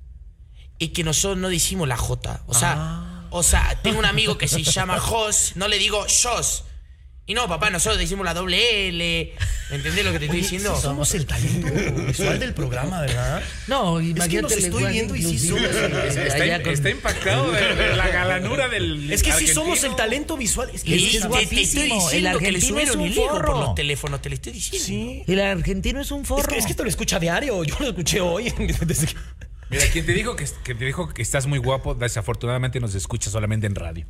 Es que nosotros no decimos la J. O sea, Ah. o sea, tengo un amigo que se llama Jos, no le digo Jos. Y no, papá, nosotros decimos la doble L. ¿Entendés lo que te estoy diciendo? Sí, somos el talento visual del programa, ¿verdad? No, imagínate. los el estoy lenguaje viendo y sí inclusivo, somos- eh, Está, allá con- está impactado de, de la galanura del. Es que sí argentino. somos el talento visual. Es que Y Es que es te- guapísimo. te estoy El diciendo que le argentino es subieron un el ego por forro. los teléfonos, te lo estoy diciendo. sí. El argentino es un forro. Es que, es que esto lo escucha diario. Yo lo escuché hoy. Desde que- Mira, quien te dijo que, que te dijo que estás muy guapo, desafortunadamente nos escucha solamente en radio.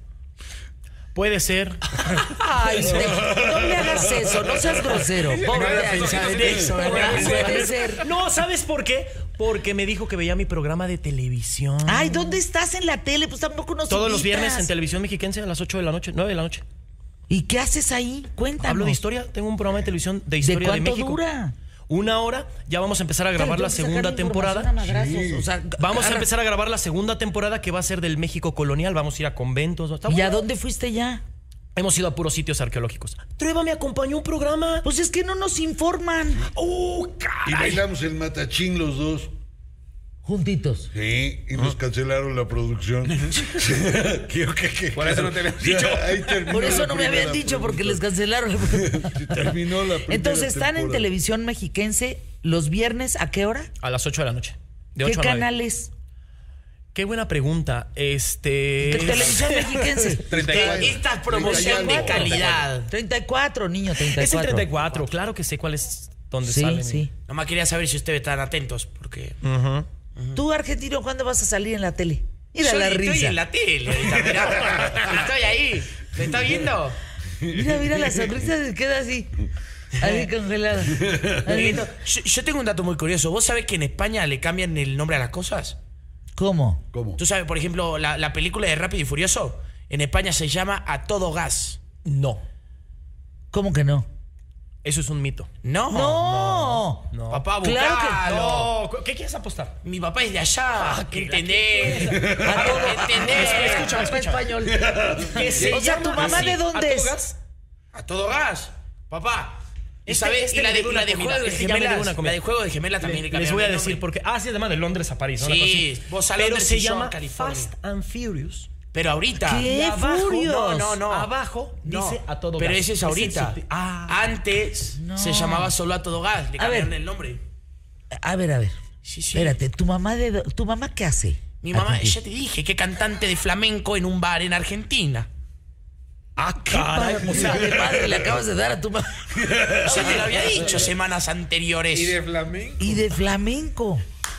Puede ser. Ay, no, no le hagas eso, no seas grosero. Pobre había de- pensado en eso, ¿verdad? ¿verdad? Puede ser. No, ¿sabes por qué? Porque me dijo que veía mi programa de televisión. Ay, ¿dónde estás en la tele? Pues tampoco nos Todos los invitas. viernes en televisión mexiquense a las ocho de la noche, nueve de la noche. ¿Y qué haces ahí? Cuéntanos. Hablo de historia. Tengo un programa de televisión de ¿De historia de, cuánto México. dura? Una hora. Ya vamos a empezar a grabar la segunda temporada. Vamos a empezar a grabar la segunda temporada que va a ser del México colonial. Vamos a ir a conventos. ¿No? Está ¿Y a bueno. dónde fuiste ya? Hemos ido a puros sitios arqueológicos. Trueba me acompañó a un programa. Pues es que no nos informan. ¡Uh, Y caray! bailamos el matachín los dos. Juntitos. Sí, y nos cancelaron la producción. Creo que- que- Por eso no te habían dicho. Ahí terminó Por eso la no me habían primera dicho, porque les producción. cancelaron. Terminó la primera Entonces, ¿están en temporada. televisión mexiquense los viernes a qué hora? A las ocho de la noche. De ¿Qué ocho a nueve. canales? Qué buena pregunta. Este. Televisión mexiquense. treinta y cuatro. Esta es promoción de calidad. treinta y cuatro, niño, treinta y Es el cuatro. treinta y cuatro. Claro que sé cuál es donde Sí, salen. sí. Nomás quería saber si ustedes están atentos, porque... Tú, argentino, ¿cuándo vas a salir en la tele? Mira Yo la estoy risa. en la tele ahorita, mirá. Estoy ahí. ¿Me está viendo? Mira, mira, la sonrisa se queda así. Así congelada. Así. Eh, yo, yo tengo un dato muy curioso. ¿Vos sabés que en España le cambian el nombre a las cosas? ¿Cómo? ¿Cómo? Tú sabes, por ejemplo, la, la película de Rápido y Furioso, en España se llama A Todo Gas. No. ¿Cómo que no? Eso es un mito. No. No. No. Papá, Claro que buscalo. No, ¿qué quieres apostar? Mi papá es de allá. ¿qué- ¿Entendés? A todo, ¿Entendés? Escucha, escucha. español. Que se O sea, ¿tu llama mamá así, de dónde ¿a todo es? gas? A todo gas. Papá. Y, Este- sabés, este y la le de, debo y la una de comida, juego de este ya me debo gemelas. una comida. La de juego de gemelas también le Les cambiaron voy a el decir nombre. porque. Ah, sí, además de Londres a París. ¿no? Una Sí, cosa así. vos a Pero Londres se y yo a llama California. Fast and Furious. Pero ahorita. ¿Qué? Y abajo, Furious. No, no, no. Abajo No. dice a todo Pero gas. ese es el ahorita. subti- Ah. Antes No. se llamaba solo a todo gas. Le A ver. cambiaron el nombre. A ver, a ver. Sí, sí. Espérate, ¿tu mamá de do- tu mamá qué hace? Mi mamá, Argentina. ya te dije, que cantante de flamenco en un bar en Argentina. Ah, ¿Qué caray. padre, o sea, de padre le acabas de dar a tu mamá? Ya te lo había dicho semanas anteriores. Y de flamenco. Y de flamenco.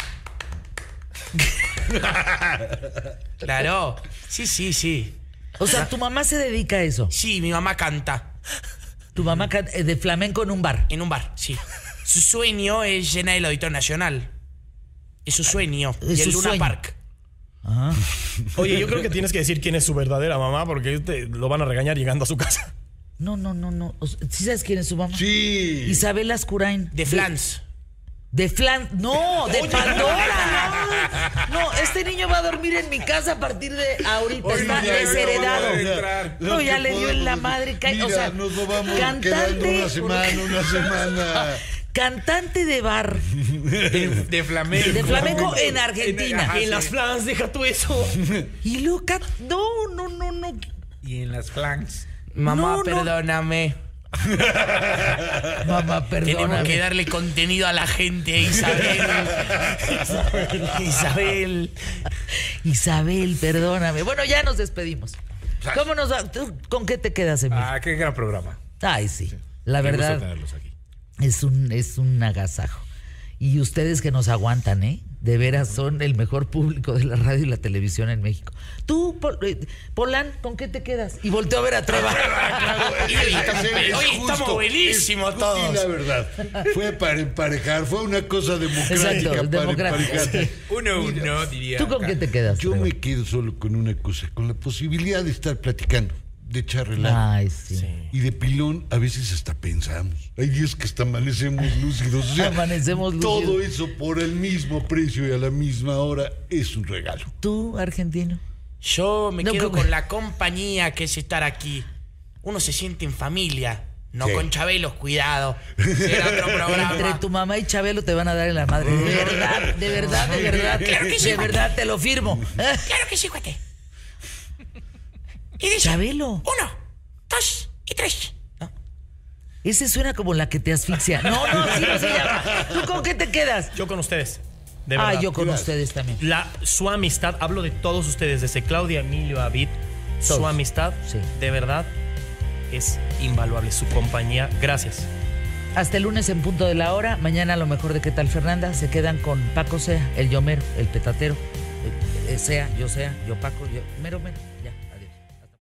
Claro. Sí, sí, sí. O sea, tu mamá se dedica a eso. Sí, mi mamá canta Tu mamá can- eh, de flamenco en un bar. en un bar, sí. Su sueño es llenar el Auditorio Nacional. Es su sueño. Es y el su Luna sueño. Park. Oye, yo creo que tienes que decir quién es su verdadera mamá porque te lo van a regañar llegando a su casa. No, no, no, no. O sea, ¿sí sabes quién es su mamá? Sí. Isabel Ascurain. De Flans. De flan. No, de Pandora. No. No, este niño va a dormir en mi casa a partir de ahorita. Oye, Está ya, ya desheredado. vamos a entrar. No, Lo ya que le dio en la podemos madre. decir. ca- Mira, o sea, nos lo vamos quedando cantante. una semana, una semana. Cantante de bar. De, de flamenco. De flamenco en Argentina. Ajá, En sí. las flans, deja tú eso. Y loca. No, no, no, no. Y en las flanks. Mamá, No, no. perdóname. Mamá, Tenemos perdóname. que darle contenido a la gente, Isabel. Isabel. Isabel. Isabel, perdóname. Bueno, ya nos despedimos. ¿Cómo nos va? ¿Tú con qué te quedas, Emilio? Ah, qué gran programa. Ay, sí. La Qué gusto verdad tenerlos aquí. es un, es un agasajo. Y ustedes que nos aguantan, ¿eh? De veras son el mejor público de la radio y la televisión en México. Tú, Pol- eh, Polán, ¿con qué te quedas? Y volteo a ver a Treva. Y hoy estamos, hoy estamos buenísimos Y todos. la verdad, fue para emparejar, fue una cosa democrática Exacto, para democrática, emparejar. sí. Uno, uno, diría. ¿Tú con acá. qué te quedas? Yo Treva? me quedo solo con una cosa, con la posibilidad de estar platicando, de echar relajo. Ay, sí. Y de pilón a veces hasta pensamos. Hay días que hasta amanecemos lúcidos. O sea, Amanecemos lúcidos. Todo eso por el mismo precio y a la misma hora es un regalo. ¿Tú, argentino? Yo me No, quedo ¿cómo? con la compañía que es estar aquí. Uno se siente en familia. No Sí. con Chabelos, cuidado. Será otro programa. Entre tu mamá y Chabelo te van a dar en la madre. De verdad, de verdad, de verdad. Claro que sí, De verdad, te lo firmo. ¿Eh? Claro que sí, cuate. Y dice, Chabelo. uno, dos y tres. ¿No? Ese suena como la que te asfixia. No, no, así no se llama. ¿Tú con qué te quedas? Yo con ustedes. De Ah, verdad. yo con Gracias. ustedes también. La, su amistad, hablo de todos ustedes, desde Claudia, Emilio, David. Su Todos. amistad, Sí. de verdad, es invaluable. Su compañía, gracias. Hasta el lunes en punto de la hora. Mañana lo mejor de ¿Qué tal, Fernanda? Se quedan con Paco Sea, el Yomero, el petatero. Eh, eh, sea, yo sea, yo Paco, yo mero, mero. Ya.